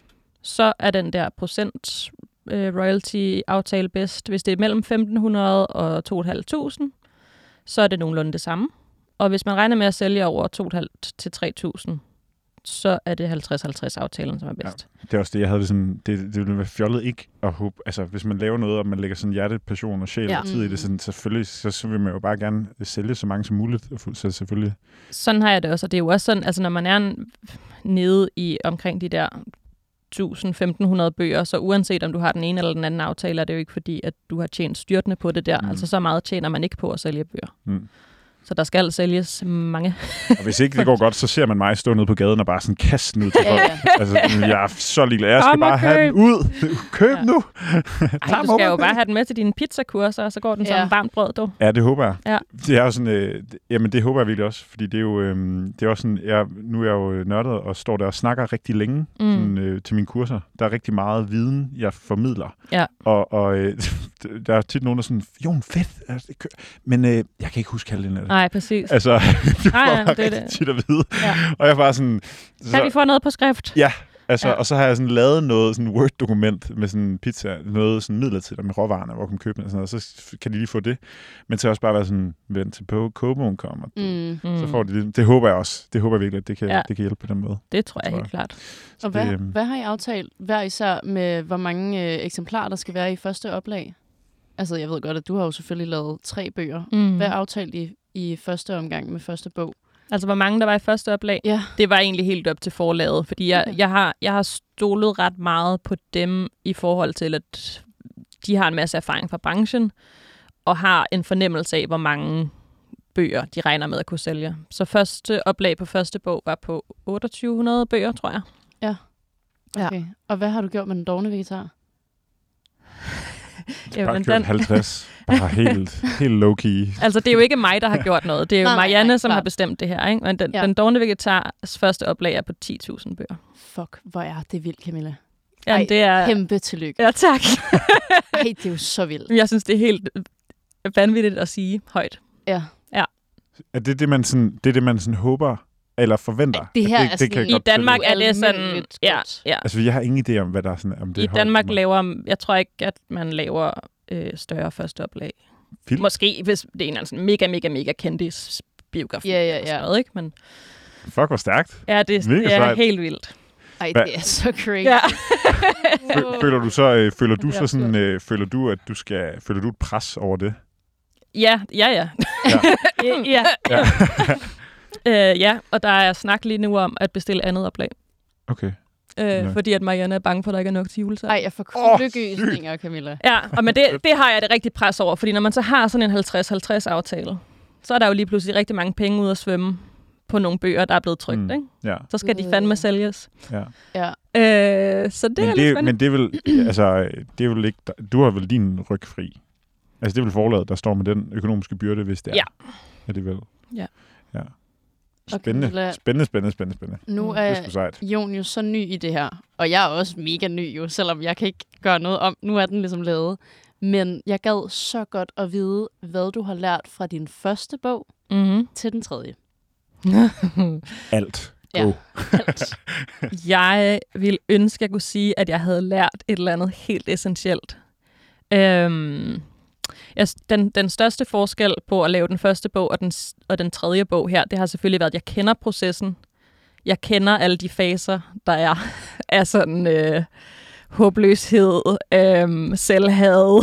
så er den der procent øh, royalty-aftale bedst. Hvis det er mellem femten hundrede og to tusind fem hundrede, så er det nogenlunde det samme. Og hvis man regner med at sælge over to tusind fem hundrede til tre tusind, så er det halvtreds halvtreds aftalen, som er bedst. Ja, det er også det, jeg havde det sådan, det, det ville være fjollet ikke at håbe, altså hvis man laver noget, og man lægger sådan hjerte, passion og sjæl ja. og tid i det, sådan, selvfølgelig, så, så vil man jo bare gerne sælge så mange som muligt, så selvfølgelig. Sådan har jeg det også, og det er jo også sådan, altså når man er en, nede i omkring de der tusind til femten hundrede bøger, så uanset om du har den ene eller den anden aftale, er det jo ikke fordi, at du har tjent styrtende på det der. Mm. Altså så meget tjener man ikke på at sælge bøger. Mm. Så der skal sælges mange. Og hvis ikke det går godt, så ser man mig stå nede på gaden og bare sådan kaste den ud til folk. Altså, jeg er så ligeglad. Jeg skal Kom bare have den ud. Køb ja. nu. Ej, du skal jo bare have den med til dine pizzakurser, og så går den ja. som varmt brød, du. Ja, det håber jeg. Ja. Det er jo sådan, øh, jamen det håber jeg virkelig også, fordi det er jo, øh, det er også sådan, jeg, nu er jeg jo nørdet og står der og snakker rigtig længe mm. sådan, øh, til mine kurser. Der er rigtig meget viden, jeg formidler. Ja. Og, og øh, der er tit nogen, der er sådan, Jon, fedt. Men øh, jeg kan ikke huske halvdelen af det. Nej, præcis. Altså, du Nej, ja, får det rigtig tit at vide. Ja. Og jeg er bare sådan... Så, kan vi få noget på skrift? Ja, altså, ja. Og så har jeg sådan lavet noget sådan Word-dokument med sådan pizza, noget sådan midlertidigt med råvarerne, hvor jeg kan købe den og sådan noget, og så kan de lige få det. Men så også bare være sådan, vent til på kogeboggen kommer. Mm. Så får de det. Det håber jeg også. Det håber jeg virkelig, at det kan, ja. det kan hjælpe på den måde. Det tror jeg, tror jeg. helt klart. Så og hvad, det, hvad har I aftalt hver især med, hvor mange øh, eksemplarer, der skal være i første oplag? Altså, jeg ved godt, at du har jo selvfølgelig lavet tre bøger. Mm. Hvad aftalte I i første omgang med første bog? Altså, hvor mange der var i første oplag? Ja. Det var egentlig helt op til forlaget, fordi jeg, okay. jeg, har, jeg har stolet ret meget på dem i forhold til, at de har en masse erfaring fra branchen, og har en fornemmelse af, hvor mange bøger, de regner med at kunne sælge. Så første oplag på første bog var på otteogtyve hundrede bøger, tror jeg. Ja. Okay. Ja. Og hvad har du gjort med Den dovne vegetar? Ja, bare den... halvtreds. Bare helt, helt low-key. Altså, det er jo ikke mig, der har gjort noget. Det er jo nej, Marianne, nej, som klar. har bestemt det her. Ikke? Men den, ja. den dovne vegetars første oplag er på ti tusind bøger. Fuck, hvor er det vildt, Camilla. Ja, Ej, det er... kæmpe tillykke. Ja, tak. Ej, det er jo så vildt. Jeg synes, det er helt vanvittigt at sige højt. Ja. Ja. Er det det, man sådan, det er det, man sådan håber eller forventer? Det her det, er det kan I Danmark er det sådan... almindeligt Ja, godt. ja. Altså, jeg har ingen idé om, hvad der er sådan... Om det I er Danmark højt. laver... Jeg tror ikke, at man laver øh, større første oplag. Film? Måske, hvis det er en eller anden sådan mega, mega, mega kendis biografi. Ja, ja, ja. Eller sådan noget, ikke? Men, Fuck, hvor stærkt. ja, det, Mega det er sejt. helt vildt. Ej, Hvad? det er så crazy. Ja. Fø- føler du så... Øh, føler du Det er så sådan... Øh, føler du, at du skal... Føler du et pres over det? Ja, ja, ja. Ja. ja. Ja. øh, ja, og der er snak lige nu om at bestille andet oplag. Okay. Øh, Nå. fordi at Marianne er bange for, at der ikke er nok til julesalg. Ej, jeg får kuldegysninger, Camilla. Ja, og men det, det har jeg det rigtig pres over, fordi når man så har sådan en halvtreds halvtreds aftale, så er der jo lige pludselig rigtig mange penge ud at svømme på nogle bøger, der er blevet trykt, Mm. ikke? Ja. Så skal de fandme sælges. Ja. Ja. Øh, så det Men er lidt det, spændende. men det er vel... Altså, det er vel ikke... Du har vel din ryg fri. Altså, det er vel forlaget, der står med den økonomiske byrde, hvis det er. Ja. Er det vel? Ja. Ja. Og Spændende. Camilla, Spændende, spændende, spændende, spændende. nu Det er er sgu sejt. Jon jo så ny i det her, og jeg er også mega ny jo, selvom jeg kan ikke gøre noget om. Nu er den ligesom lavet. Men jeg gad så godt at vide, hvad du har lært fra din første bog Mm-hmm. til den tredje. Alt. Ja. Go. Alt. Jeg ville ønske, at jeg kunne sige, at jeg havde lært et eller andet helt essentielt. Øhm, jeg, den, den største forskel på at lave den første bog og den, og den tredje bog her, det har selvfølgelig været, at jeg kender processen. Jeg kender alle de faser, der er af sådan øh, håbløshed, øh, selvhad.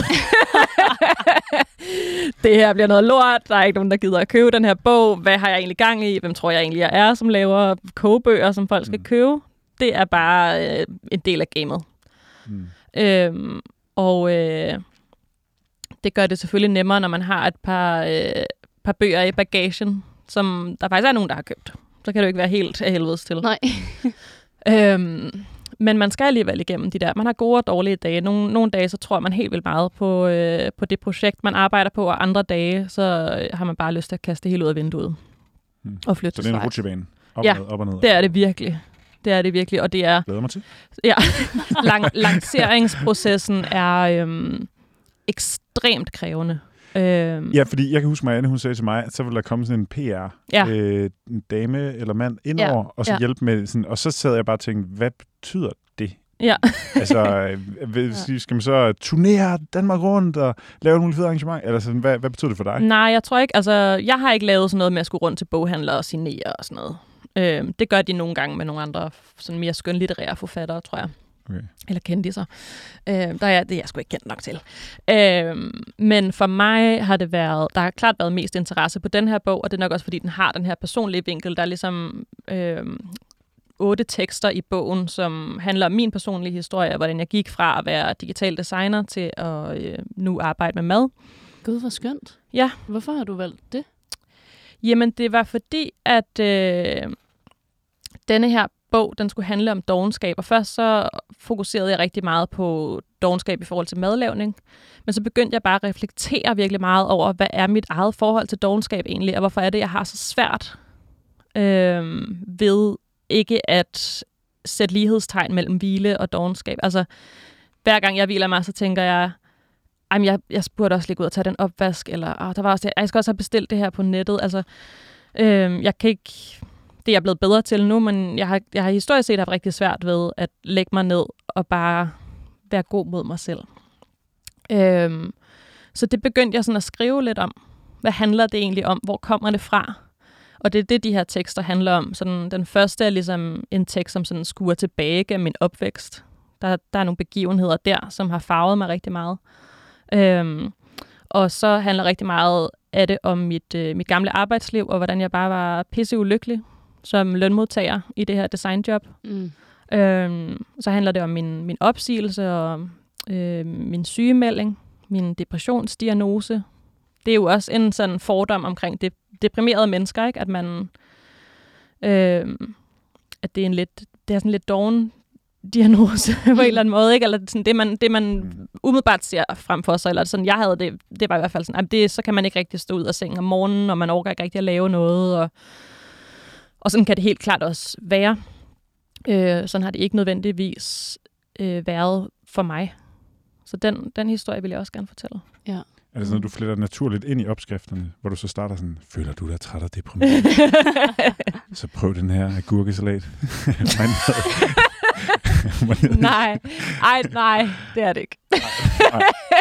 Det her bliver noget lort. Der er ikke nogen, der gider at købe den her bog. Hvad har jeg egentlig gang i? Hvem tror jeg egentlig, jeg er, som laver kogebøger, som folk skal købe? Det er bare øh, en del af gamet. Mm. Øhm, og øh, det gør det selvfølgelig nemmere, når man har et par, øh, par bøger i bagagen, som der faktisk er nogen, der har købt. Så kan det jo ikke være helt af helvedes til. Nej. øhm, men man skal alligevel igennem de der. Man har gode og dårlige dage. Nogle, nogle dage, så tror man helt vildt meget på, øh, på det projekt, man arbejder på, og andre dage, så har man bare lyst til at kaste det hele ud af vinduet. Mm. Og flytte Så til det er en Schweiz. rutsjebane. Op Ja, og ned, op og ned. Det er det virkelig. Det er det virkelig, og det er... Glæder mig til. Ja, lang, lanceringsprocessen er øhm, ekstremt krævende. Øhm, Ja, fordi jeg kan huske, Marianne, hun sagde til mig, at så ville der komme sådan en P R, Ja. øh, en dame eller mand indover, Ja, og så ja. hjælpe med sådan, og så sad jeg bare og tænkte, hvad betyder det? Ja. Altså, øh, vil sige, skal man så turnere Danmark rundt og lave nogle fede arrangement? Eller sådan, hvad, hvad betyder det for dig? Nej, jeg tror ikke, altså, jeg har ikke lavet sådan noget med at skulle rundt til boghandlere og signere og sådan noget. Øhm, det gør de nogle gange med nogle andre sådan mere skønlitterære forfattere, tror jeg. Okay. Eller kendiser. Øhm, der er, det er jeg sgu ikke kendt nok til. Øhm, men for mig har det været, der har klart været mest interesse på den her bog, og det er nok også, fordi den har den her personlige vinkel. Der er ligesom øhm, otte tekster i bogen, som handler om min personlige historie, hvordan jeg gik fra at være digital designer til at øh, nu arbejde med mad. Gud, hvor skønt. Ja. Hvorfor har du valgt det? Jamen, det var fordi, at øh, denne her bog, den skulle handle om dovenskab, og først så fokuserede jeg rigtig meget på dovenskab i forhold til madlavning, men så begyndte jeg bare at reflektere virkelig meget over, hvad er mit eget forhold til dovenskab egentlig, og hvorfor er det, jeg har så svært øh, ved ikke at sætte lighedstegn mellem hvile og dovenskab. Altså, hver gang jeg hviler mig, så tænker jeg, Ej, jeg, jeg burde også lige gå ud og tage den opvask, eller oh, der var også det, jeg skal også have bestilt det her på nettet. Altså, øh, jeg kan ikke, det er jeg blevet bedre til nu, men jeg har, jeg har historisk set haft rigtig svært ved at lægge mig ned og bare være god mod mig selv. Øh, så det begyndte jeg sådan at skrive lidt om. Hvad handler det egentlig om? Hvor kommer det fra? Og det er det, de her tekster handler om. Sådan, den første er ligesom en tekst, som sådan skuer tilbage gennem min opvækst. Der, der er nogle begivenheder der, som har farvet mig rigtig meget. Øhm, og så handler rigtig meget af det om mit, øh, mit gamle arbejdsliv, og hvordan jeg bare var pisse ulykkelig som lønmodtager i det her designjob. Mm. Øhm, så handler det om min, min opsigelse og øh, min sygemelding, min depressionsdiagnose. Det er jo også en sådan fordom omkring det deprimerede mennesker, ikke? At man... Øh, at det er en lidt... Det er sådan lidt doven diagnose på en eller anden måde, ikke? Eller sådan det, man, det, man umiddelbart ser frem for sig, eller sådan, jeg havde det, det var i hvert fald sådan, at det, så kan man ikke rigtig stå ud af sengen om morgenen, og man overgår ikke rigtig at lave noget, og, og sådan kan det helt klart også være. Øh, sådan har det ikke nødvendigvis øh, været for mig. Så den, den historie vil jeg også gerne fortælle. Ja. Er det sådan, at du fletter naturligt ind i opskrifterne, hvor du så starter sådan, føler du dig træt og deprimeret? Så prøv den her agurkesalat. nej, ej, nej, det er det ikke. Nej,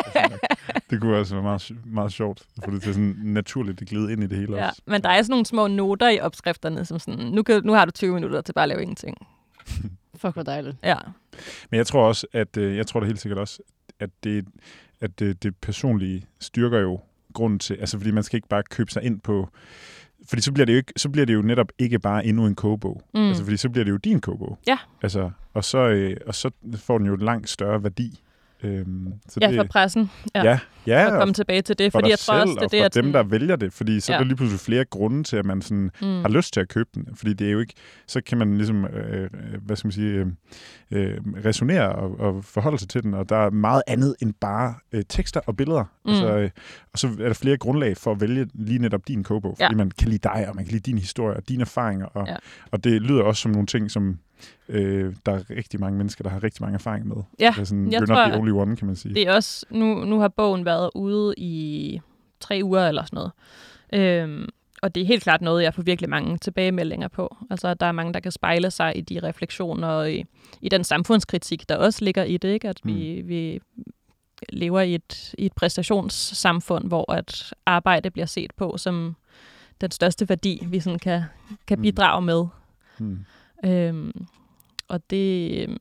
det kunne også være meget, meget sjovt, for det til sådan naturligt at glide ind i det hele ja, også. Men der er sådan nogle små noter i opskrifterne, som sådan, nu, kan, nu har du tyve minutter til bare at lave ingenting. Fuck, hvor dejligt. Ja. Men jeg tror også, at jeg tror da helt sikkert også, at det, at det, det personlige styrker jo grunden til, altså fordi man skal ikke bare købe sig ind på, fordi så bliver det jo, ikke, så bliver det jo netop ikke bare endnu en kogebog. Mm. Altså fordi så bliver det jo din kogebog. Ja. Altså, og, så, øh, og så får den jo en langt større værdi. Øhm, så ja, det, for pressen. Ja, ja, ja og komme tilbage til det. For fordi jeg tror også, det det er det, for dem, der vælger det. Fordi så ja. er der lige pludselig flere grunde til, at man sådan mm. har lyst til at købe den. Fordi det er jo ikke, så kan man ligesom, øh, hvad skal man sige, øh, øh, resonere og, og forholde sig til den. Og der er meget andet end bare øh, tekster og billeder. Mm. Altså, øh, og så er der flere grundlag for at vælge lige netop din kogebog. Fordi ja. man kan lide dig, og man kan lide din historie og dine erfaringer. Og, ja. og det lyder også som nogle ting, som Øh, der er rigtig mange mennesker, der har rigtig mange erfaring med. Ja, det er sådan, jeg you're tror, not the only one, kan man sige. Det er også, nu, nu har bogen været ude i tre uger eller sådan noget. Øhm, og det er helt klart noget, jeg får virkelig mange tilbagemeldinger på. Altså, der er mange, der kan spejle sig i de refleksioner og i, i den samfundskritik, der også ligger i det, ikke? At mm. vi, vi lever i et, i et præstationssamfund, hvor at arbejde bliver set på som den største værdi, vi sådan kan, kan bidrage mm. med. Mm. Øhm, og det,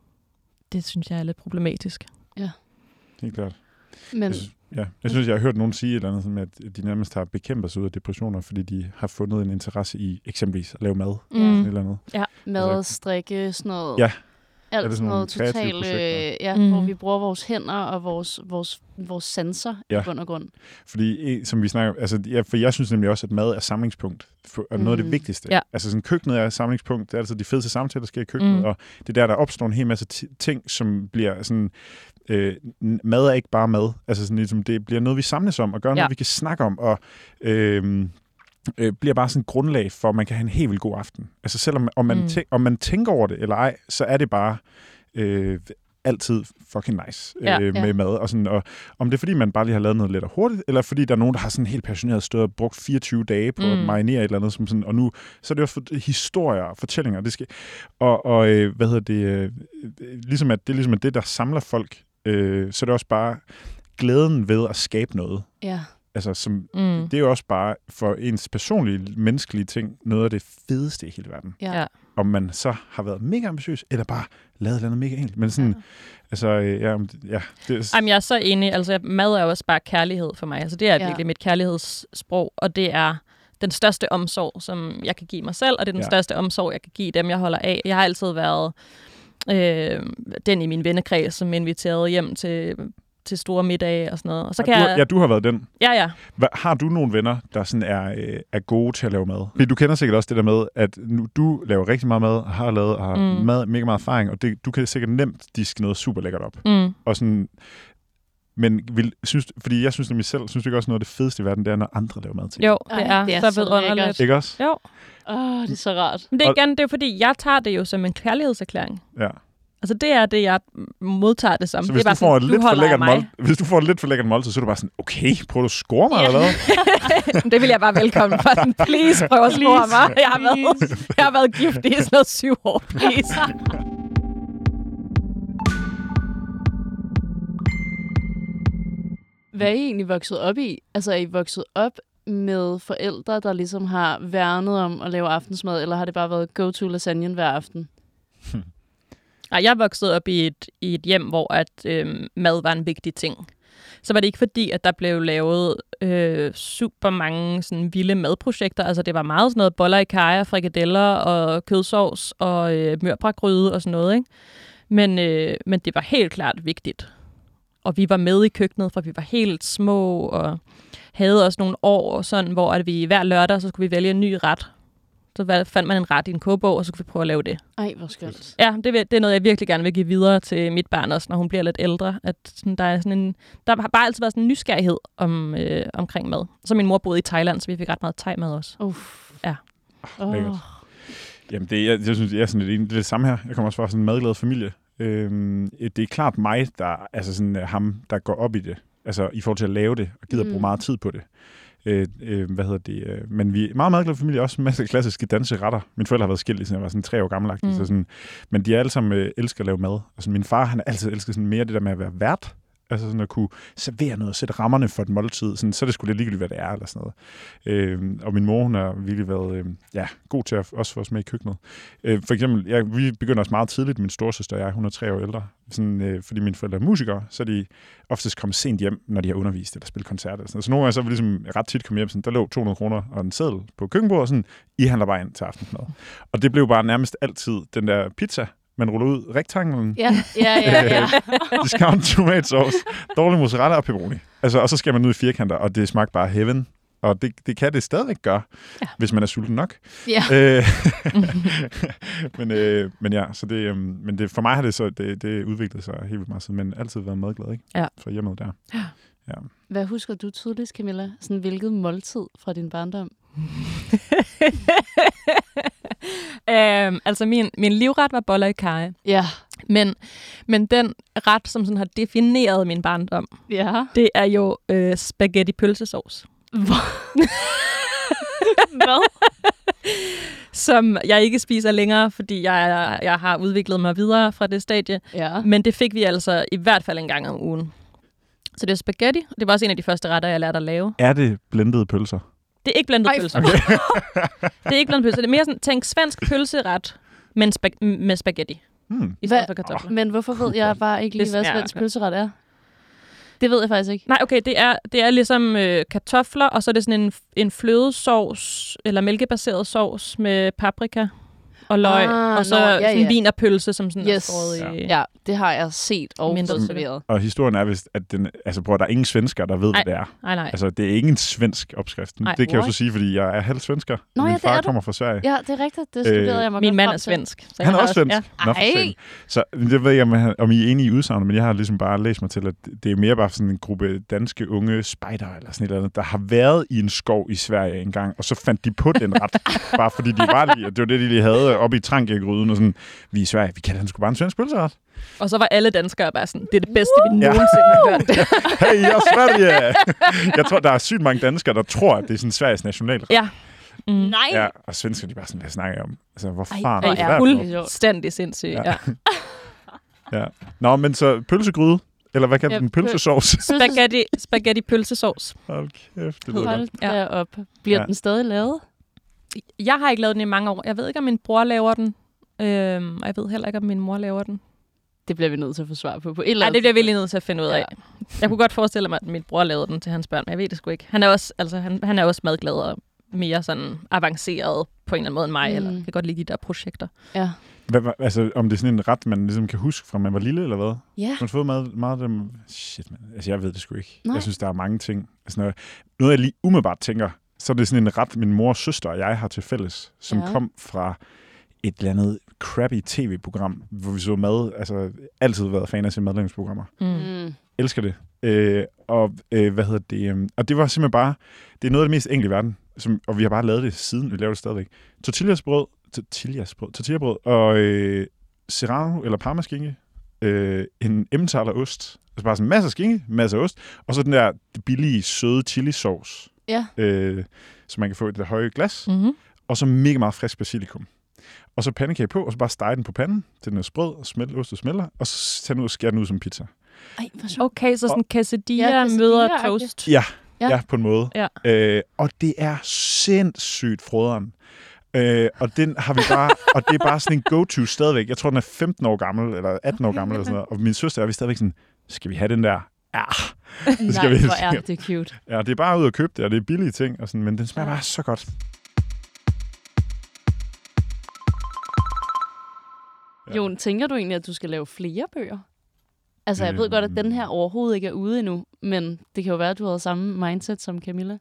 det synes jeg er lidt problematisk. Ja. Helt klart. Men, jeg, synes, ja. jeg synes, jeg har hørt nogen sige et eller andet, som at de nærmest har bekæmpet sig ud af depressioner, fordi de har fundet en interesse i eksempelvis at lave mad. Mm. Eller et eller andet. Ja, mad, strikke, sådan noget. Ja. Alt sådan noget totalt, øh, ja, mm. hvor vi bruger vores hænder og vores, vores, vores sanser ja. i bund og grund. Fordi, som vi snakker, altså, ja, for jeg synes nemlig også, at mad er samlingspunkt, for, og mm. noget af det vigtigste. Ja. Altså sådan køkkenet er samlingspunkt, det er altså de fedeste samtaler, der sker i køkkenet, mm. og det er der, der opstår en hel masse t- ting, som bliver sådan, øh, mad er ikke bare mad, altså sådan ligesom, det bliver noget, vi samles om, og gør ja. noget, vi kan snakke om, og øh, Øh, bliver bare sådan et grundlag for, at man kan have en helt vildt god aften. Altså selvom om man, mm. tæ- om man tænker over det eller ej, så er det bare øh, altid fucking nice øh, ja, med ja. mad. Og, sådan, og om det er, fordi man bare lige har lavet noget let og hurtigt, eller fordi der er nogen, der har sådan helt passioneret stået og brugt fireogtyve dage på mm. at marinere et eller andet, som sådan, og nu så er det også for, historier og fortællinger. Det skal, og og øh, hvad hedder det? Øh, ligesom at det er ligesom at det, der samler folk, øh, så er det også bare glæden ved at skabe noget. Ja. Altså, som, mm. det er jo også bare for ens personlige, menneskelige ting, noget af det fedeste i hele verden. Ja. Om man så har været mega ambitiøs, eller bare lavet noget mega enkelt. Men sådan, ja. altså, ja, ja det er... Jamen, jeg er så enig. Altså, mad er jo også bare kærlighed for mig. Altså, det er ja. virkelig mit kærlighedssprog, og det er den største omsorg, som jeg kan give mig selv, og det er den ja. største omsorg, jeg kan give dem, jeg holder af. Jeg har altid været øh, den i min vennekreds, som inviterede hjem til... til store middage og sådan noget. Og så kan ja, du, jeg... ja, du har været den. Ja, ja. Hva, har du nogle venner, der sådan er, øh, er gode til at lave mad? Fordi du kender sikkert også det der med, at nu, du laver rigtig meget mad, har lavet har mm. mad, mega meget erfaring, og det, du kan sikkert nemt diske noget super lækkert op. Mm. Og sådan... Men vil, synes, fordi jeg synes nemlig selv, synes du ikke også noget af det fedeste i verden, det er, når andre laver mad til? Jo, det er, Ej, det er så vidunderligt. Ikke også? Jo. Åh, oh, det er så rart. Men det er igen, det er fordi, jeg tager det jo som en kærlighedserklæring. Ja. Altså, det er det, jeg modtager det som. Så det hvis, er bare du får sådan, lidt du for lækkert mig. mål, hvis du får et lidt for lækkert måltid, så er du bare sådan, okay, prøv du at score mig, eller hvad? Det vil jeg bare velkommen for. Sådan, please, prøv at score mig. Jeg har, været, jeg har været gift i sådan noget syv år, please. Hvad er I egentlig vokset op i? Altså, er I vokset op med forældre, der ligesom har værnet om at lave aftensmad, eller har det bare været go-to lasagnen hver aften? Hmm. Jeg er vokset op i et, i et hjem, hvor at, øh, mad var en vigtig ting. Så var det ikke fordi, at der blev lavet øh, super mange sådan, vilde madprojekter. Altså det var meget sådan noget boller i karry, frikadeller og kødsovs og øh, mørbragryde og sådan noget. Ikke? Men, øh, men det var helt klart vigtigt. og vi var med i køkkenet, for vi var helt små, og havde også nogle år, sådan, hvor at vi hver lørdag, så skulle vi vælge en ny ret. Så fandt man en ret i en kogebog, og så kunne vi prøve at lave det. Ej, hvor skønt. Ja, det, det er noget, jeg virkelig gerne vil give videre til mit barn også, når hun bliver lidt ældre. At sådan, der, er sådan en, der har bare altid været sådan en nysgerrighed om, øh, omkring mad. Så min mor boede i Thailand, så vi fik ret meget thai-mad også. Uff. Ja. Oh. Lækkert. Jamen, det, jeg, jeg synes, jeg er sådan lidt, det er det samme her. Jeg kommer også fra sådan en madglad familie. Øhm, det er klart mig, der altså sådan ham, der går op i det. Altså i forhold til at lave det, og gider mm. bruge meget tid på det. Øh, øh, hvad hedder det? Øh, men vi er meget madglade familie, også en masse klassiske danseretter. Mine forældre har været skilt, siden jeg var sådan tre år gammelagtig. Mm. Så sådan, men de er alle sammen øh, elsker at lave mad. Altså, min far, han har altid elsket sådan mere det der med at være vært. Altså sådan at kunne servere noget, sætte rammerne for et måltid. Sådan, så er det sgu lidt ligegyldigt, hvad det er, eller sådan noget. Øh, og min mor, hun har virkelig været øh, ja, god til at også få os med i køkkenet. Øh, for eksempel, ja, vi begynder også meget tidligt, min storesøster og jeg, hun er tre år ældre. Sådan, øh, fordi mine forældre er musikere, så er de oftest kommet sent hjem, når de har undervist eller spillet koncerter. Eller sådan. Så nogle gange så er vi ligesom ret tit kommet hjem, sådan, der lå to hundrede kroner og en seddel på køkkenbordet, og sådan, I handler bare ind til aftensmad. Og det blev bare nærmest altid den der pizza, man ruller ud rektanglen. Ja, ja, ja. ja. Discount tomatsauce, dårlig mozzarella og pepperoni. Altså, og så skal man ud i firkanter, og det smagte bare heaven. Og det, det kan det stadigvæk gøre, ja. Hvis man er sulten nok. Ja. Øh, men, øh, men ja, så det, øh, men det, for mig har det så det, det udviklet sig helt vildt meget siden, men altid været madglad, ikke? Ja. Fra hjemmet der. Ja. Ja. Hvad husker du tydeligst, Camilla? Sådan hvilket måltid fra din barndom? øhm, altså min, min livret var boller i karry. Ja. Men, men den ret, som sådan har defineret min barndom, ja. Det er jo øh, spaghetti pølsesauce. Hvad? Som jeg ikke spiser længere, fordi jeg, jeg har udviklet mig videre fra det stadie. Ja. Men det fik vi altså i hvert fald en gang om ugen. Så det er spaghetti. Det var også en af de første retter, jeg lærte at lave. Er det blendede pølser? Det er ikke blandet Ej, pølser. Okay. Det er ikke blandet pølser. Det er mere sådan, tænk svensk pølseret men spag- med spaghetti. Hmm. I stedet for kartofler. Men hvorfor ved jeg bare ikke lige, hvad svensk ja, pølseret er? Det ved jeg faktisk ikke. Nej, okay, det er, det er ligesom øh, kartofler, og så er det sådan en, en flødesauce, eller mælkebaseret sovs med paprika og løg, ah, og så no, ja, sådan en ja. Vinerpølse, som sådan yes. er skåret i... Ja, det har jeg set og fået serveret. Og historien er vist, at den, altså, prøv, der er ingen svensker, der ved, ej, hvad det er. Nej, nej. Altså, det er ikke en svensk opskrift. Ej, det kan what? Jeg så sige, fordi jeg er halv svensker. Nå, min ja, far det kommer fra Sverige. Ja, det er rigtigt. Det studerede øh, jeg mig Min mand er svensk. Han er også svensk? Ja. Nå, så det ved jeg, om, om I er enige i udsagnet, men jeg har ligesom bare læst mig til, at det er mere bare sådan en gruppe danske unge spejder, eller sådan et eller andet, der har været i en skov i Sverige engang, og så fandt de på den ret, bare fordi de var lige, det var det, de lige havde oppe i Trankegryden, og sådan, vi i Sverige, vi kalder den sgu bare en svensk pølseret. Og så var alle danskere bare sådan, det er det bedste, vi nogensinde har hørt. Hey, jeg er Sverige! Jeg tror, der er sygt mange danskere, der tror, at det er sådan Sveriges nationalret. Ja. Mm. Nej. Ja, og svensker, de bare sådan, hvad snakker jeg om? Altså, hvor fanden er det? Er fuldstændig sindssygt, ja. ja. ja. Nå, men så pølsegryde, eller hvad kalder ja, den? Pølsesauce? Spaghetti, spaghetti pølsesauce. Hold kæft, det lyder Hold derop. Bliver ja. den stadig lavet? Jeg har ikke lavet den i mange år. Jeg ved ikke, om min bror laver den. Øhm, og jeg ved heller ikke, om min mor laver den. Det bliver vi nødt til at få svar på. på et eller Nej, det bliver vi lige nødt til at finde ud af. Ja. Jeg kunne godt forestille mig, at min bror lavede den til hans børn, men jeg ved det sgu ikke. Han er også, altså, han, han er også madglad og mere sådan avanceret på en eller anden måde end mig, mm. eller kan godt lide de der projekter. Ja. Hvad, altså, om det er sådan en ret, man ligesom kan huske fra, man var lille, eller hvad? Ja. Man har fået meget, meget af dem. Shit, man. Altså, jeg ved det sgu ikke. Nej. Jeg synes, der er mange ting. Altså, noget, noget, jeg lige umiddelbart tænker, så er det sådan en ret, min mors søster og jeg har til fælles, som ja. kom fra et eller andet crappy tv-program, hvor vi så mad, altså altid været fan af sine madlavningsprogrammer. Mm. Elsker det. Øh, og øh, hvad hedder det? Øh, og det var simpelthen bare, det er noget af det mest enkle i verden, som, og vi har bare lavet det siden, vi laver det stadigvæk. Tortillasbrød, tortillasbrød, tortillabrød og øh, serrano eller parmaskinke, øh, en emmentaler ost, altså bare sådan en masse skinke, masser af ost, og så den der billige, søde chilisauce, ja. øh, som man kan få i det der høje glas, mm-hmm. og så mega meget frisk basilikum. Og så pandekage på, og så bare stege den på panden til den er sprød, og smelte ost og smelter, og så tage den ud og skære den ud som pizza. Ej, okay, så sådan quesadilla, ja, quesadilla møder toast. Ja, ja, ja, på en måde. Ja. Øh, og det er sindssygt froderen. Øh, og den har vi bare, og det er bare sådan en go-to stadigvæk. Jeg tror, den er femten år gammel, eller atten okay, år gammel, eller sådan noget. Og min søster er vi stadigvæk sådan, skal vi have den der? Ja, det skal Nej, vi. Hvor er det cute. Ja, det er bare ud at købe det, og det er billige ting, og sådan, men den smager ja. bare så godt. Ja. Jon, tænker du egentlig, at du skal lave flere bøger? Altså, jeg ved godt, at den her overhovedet ikke er ude endnu, men det kan jo være, at du havde samme mindset som Camilla.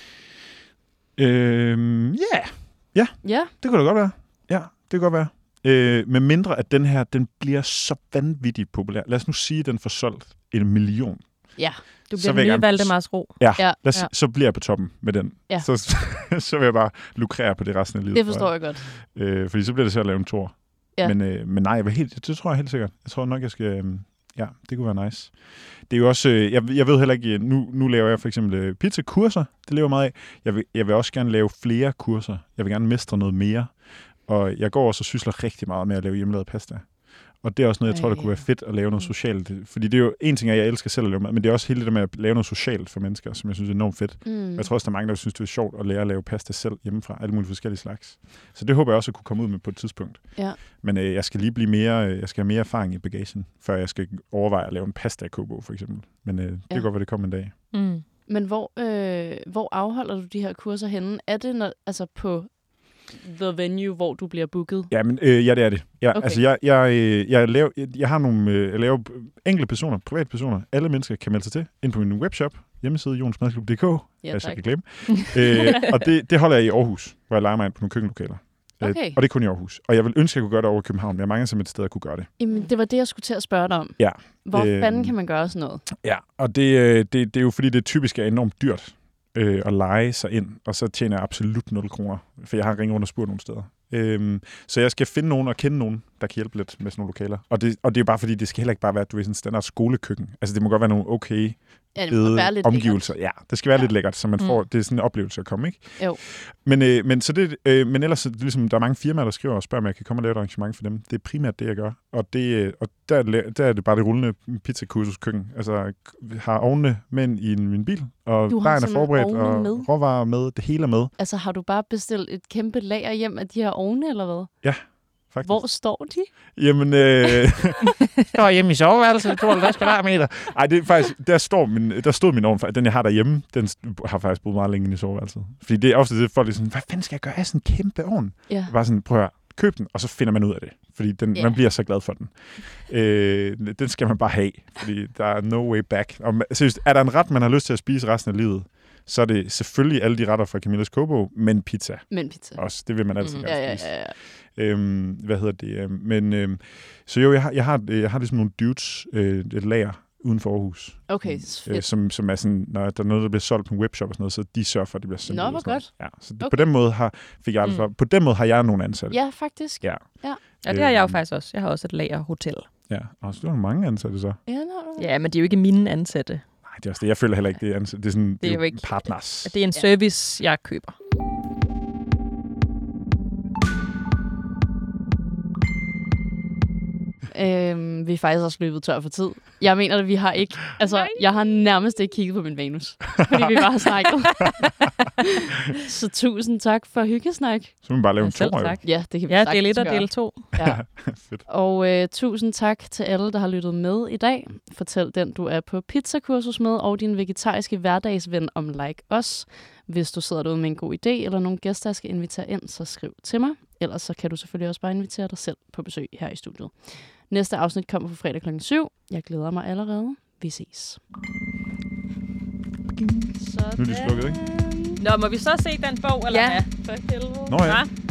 Øhm, yeah. Ja, ja, det kunne da godt være. Ja, det kan godt være. Øh, med mindre, at den her, den bliver så vanvittigt populær. Lad os nu sige, at den får solgt en million. Ja. Du bliver den nye Valdemars Ro. Ja, ja. Os, ja, så bliver jeg på toppen med den. Ja. Så, så vil jeg bare lukrere på det resten af livet. Det forstår jeg godt. Øh, fordi så bliver det så at lave en tor. Ja. Men, øh, men nej, jeg vil helt, det tror jeg helt sikkert. Jeg tror nok, jeg skal... Øh, ja, det kunne være nice. Det er jo også... Øh, jeg, jeg ved heller ikke... Nu, nu laver jeg for eksempel øh, pizzakurser. Det lever jeg meget af. Jeg vil, jeg vil også gerne lave flere kurser. Jeg vil gerne mestre noget mere. Og jeg går også og sysler rigtig meget med at lave hjemmelavet pasta. Og det er også noget, jeg tror, der kunne være fedt at lave noget socialt. Fordi det er jo en ting, at jeg elsker selv at lave mad, men det er også hele det der med at lave noget socialt for mennesker, som jeg synes er enormt fedt. Mm. Jeg tror også, der er mange, der synes, det er sjovt at lære at lave pasta selv hjemmefra, alle mulige forskellige slags. Så det håber jeg også at kunne komme ud med på et tidspunkt. Ja. Men øh, jeg skal lige blive mere, jeg skal have mere erfaring i bagagen, før jeg skal overveje at lave en pasta-kobo, for eksempel. Men øh, det ja. kan godt være, det kommer en dag. Mm. Men hvor, øh, hvor afholder du de her kurser henne? Er det når, altså på the venue, hvor du bliver booket? Ja, men, øh, ja det er det. Ja, okay. Altså, jeg, jeg, jeg, laver, jeg, jeg har nogle øh, jeg laver enkelte personer, private personer. Alle mennesker kan melde sig til ind på min webshop, hjemmeside jonsmadklub punktum d k. Ja, jeg kan glemme. øh, og det, det holder jeg i Aarhus, hvor jeg leger mig ind på nogle køkkenlokaler. Okay. Øh, og det er kun i Aarhus. Og jeg vil ønske, at jeg kunne gøre det over i København. Jeg er mange som et sted, at kunne gøre det. Jamen, det var det, jeg skulle til at spørge dig om. Ja. Hvor øh, fanden kan man gøre sådan noget? Ja, og det, det, det er jo fordi, det typisk er enormt dyrt øh, at lege sig ind, og så tjener jeg absolut nul kroner, for jeg har ringet rundt og spurgt nogle steder. Øhm, så jeg skal finde nogen og kende nogen, der kan hjælpe lidt med sådan nogle lokaler. Og det, og det er jo bare fordi, det skal heller ikke bare være, du ved, sådan en standard skolekøkken. Altså det må godt være nogle okay ja, det må være lidt omgivelser. Lækkert. Ja, det skal være ja. lidt lækkert, så man får, mm. det er sådan en oplevelse at komme, ikke? Jo. Men, øh, men, så det, øh, men ellers, det er ligesom, der er mange firmaer, der skriver og spørger, om jeg kan komme og lave et arrangement for dem. Det er primært det, jeg gør. Og, det, og der, der er det bare det rullende pizzakursuskøkken. Altså, har ovnene med i min bil, og vejen er forberedt, og med. råvarer med, det hele er med. Altså, har du bare bestilt et kæmpe lager hjem af de her ovne, eller hvad? Ja, faktisk. Hvor står de? Jamen, øh... står hjemme i soveværelset, tooghalvtreds kvadratmeter. Ej, det er faktisk, der, står min, der stod min ovn, den jeg har derhjemme, den har faktisk boet meget længe i soveværelset. Fordi det er ofte det, folk er sådan, hvad fanden skal jeg gøre af sådan en kæmpe ovn? Ja. Bare sådan, prøv at køb den, og så finder man ud af det. Fordi den, yeah. man bliver så glad for den. Øh, den skal man bare have, fordi der er no way back. Og seriøst, er der en ret, man har lyst til at spise resten af livet, så er det selvfølgelig alle de retter fra Camillas Kobo, men pizza. Men pizza. Også, det vil man altid mm. gerne ja, spise. Ja, ja, ja. Øhm, hvad hedder det? Men, øhm, så jo, jeg har, jeg har, jeg har ligesom nogle dudes, øh, et lager uden for Aarhus. Okay, øh, som, som er sådan, når der er noget, der bliver solgt på en webshop og sådan noget, så de sørger for, at det bliver sendt. Nå, hvor godt. Ja, så det, okay. på den måde har, fik jeg altså, mm. på den måde har jeg nogle ansatte. Ja, faktisk. Ja. Ja. Ja, det har jeg jo faktisk også. Jeg har også et lagerhotel. Ja, og så du har mange ansatte så. Ja, no, no. ja, men de er jo ikke mine ansatte. Nej, det er også det. Jeg føler heller ikke, det er ansatte. Det er, sådan, det er, det er jo ikke partners. Det er en service, jeg køber. Øhm, vi er faktisk også løbet tør for tid. Jeg mener, at vi har ikke... Altså, Nej. jeg har nærmest ikke kigget på min manus, fordi vi bare har snakket. Så tusind tak for hyggesnak. Så må vi bare lave en ja, to. Tak. Ja, det kan vi ja, sagtens del et og del to. Ja. Fedt. Og øh, tusind tak til alle, der har lyttet med i dag. Fortæl den, du er på pizzakursus med, og din vegetariske hverdagsven om Like Os. Hvis du sidder derude med en god idé, eller nogle gæster, jeg skal invitere ind, så skriv til mig. Ellers så kan du selvfølgelig også bare invitere dig selv på besøg her i studiet. Næste afsnit kommer på fredag klokken syv. Jeg glæder mig allerede. Vi ses. Sådan. Nu er de slukket, ikke? Nå, må vi så se den bog, eller ja. hvad? For helvede. Nå ja. ja.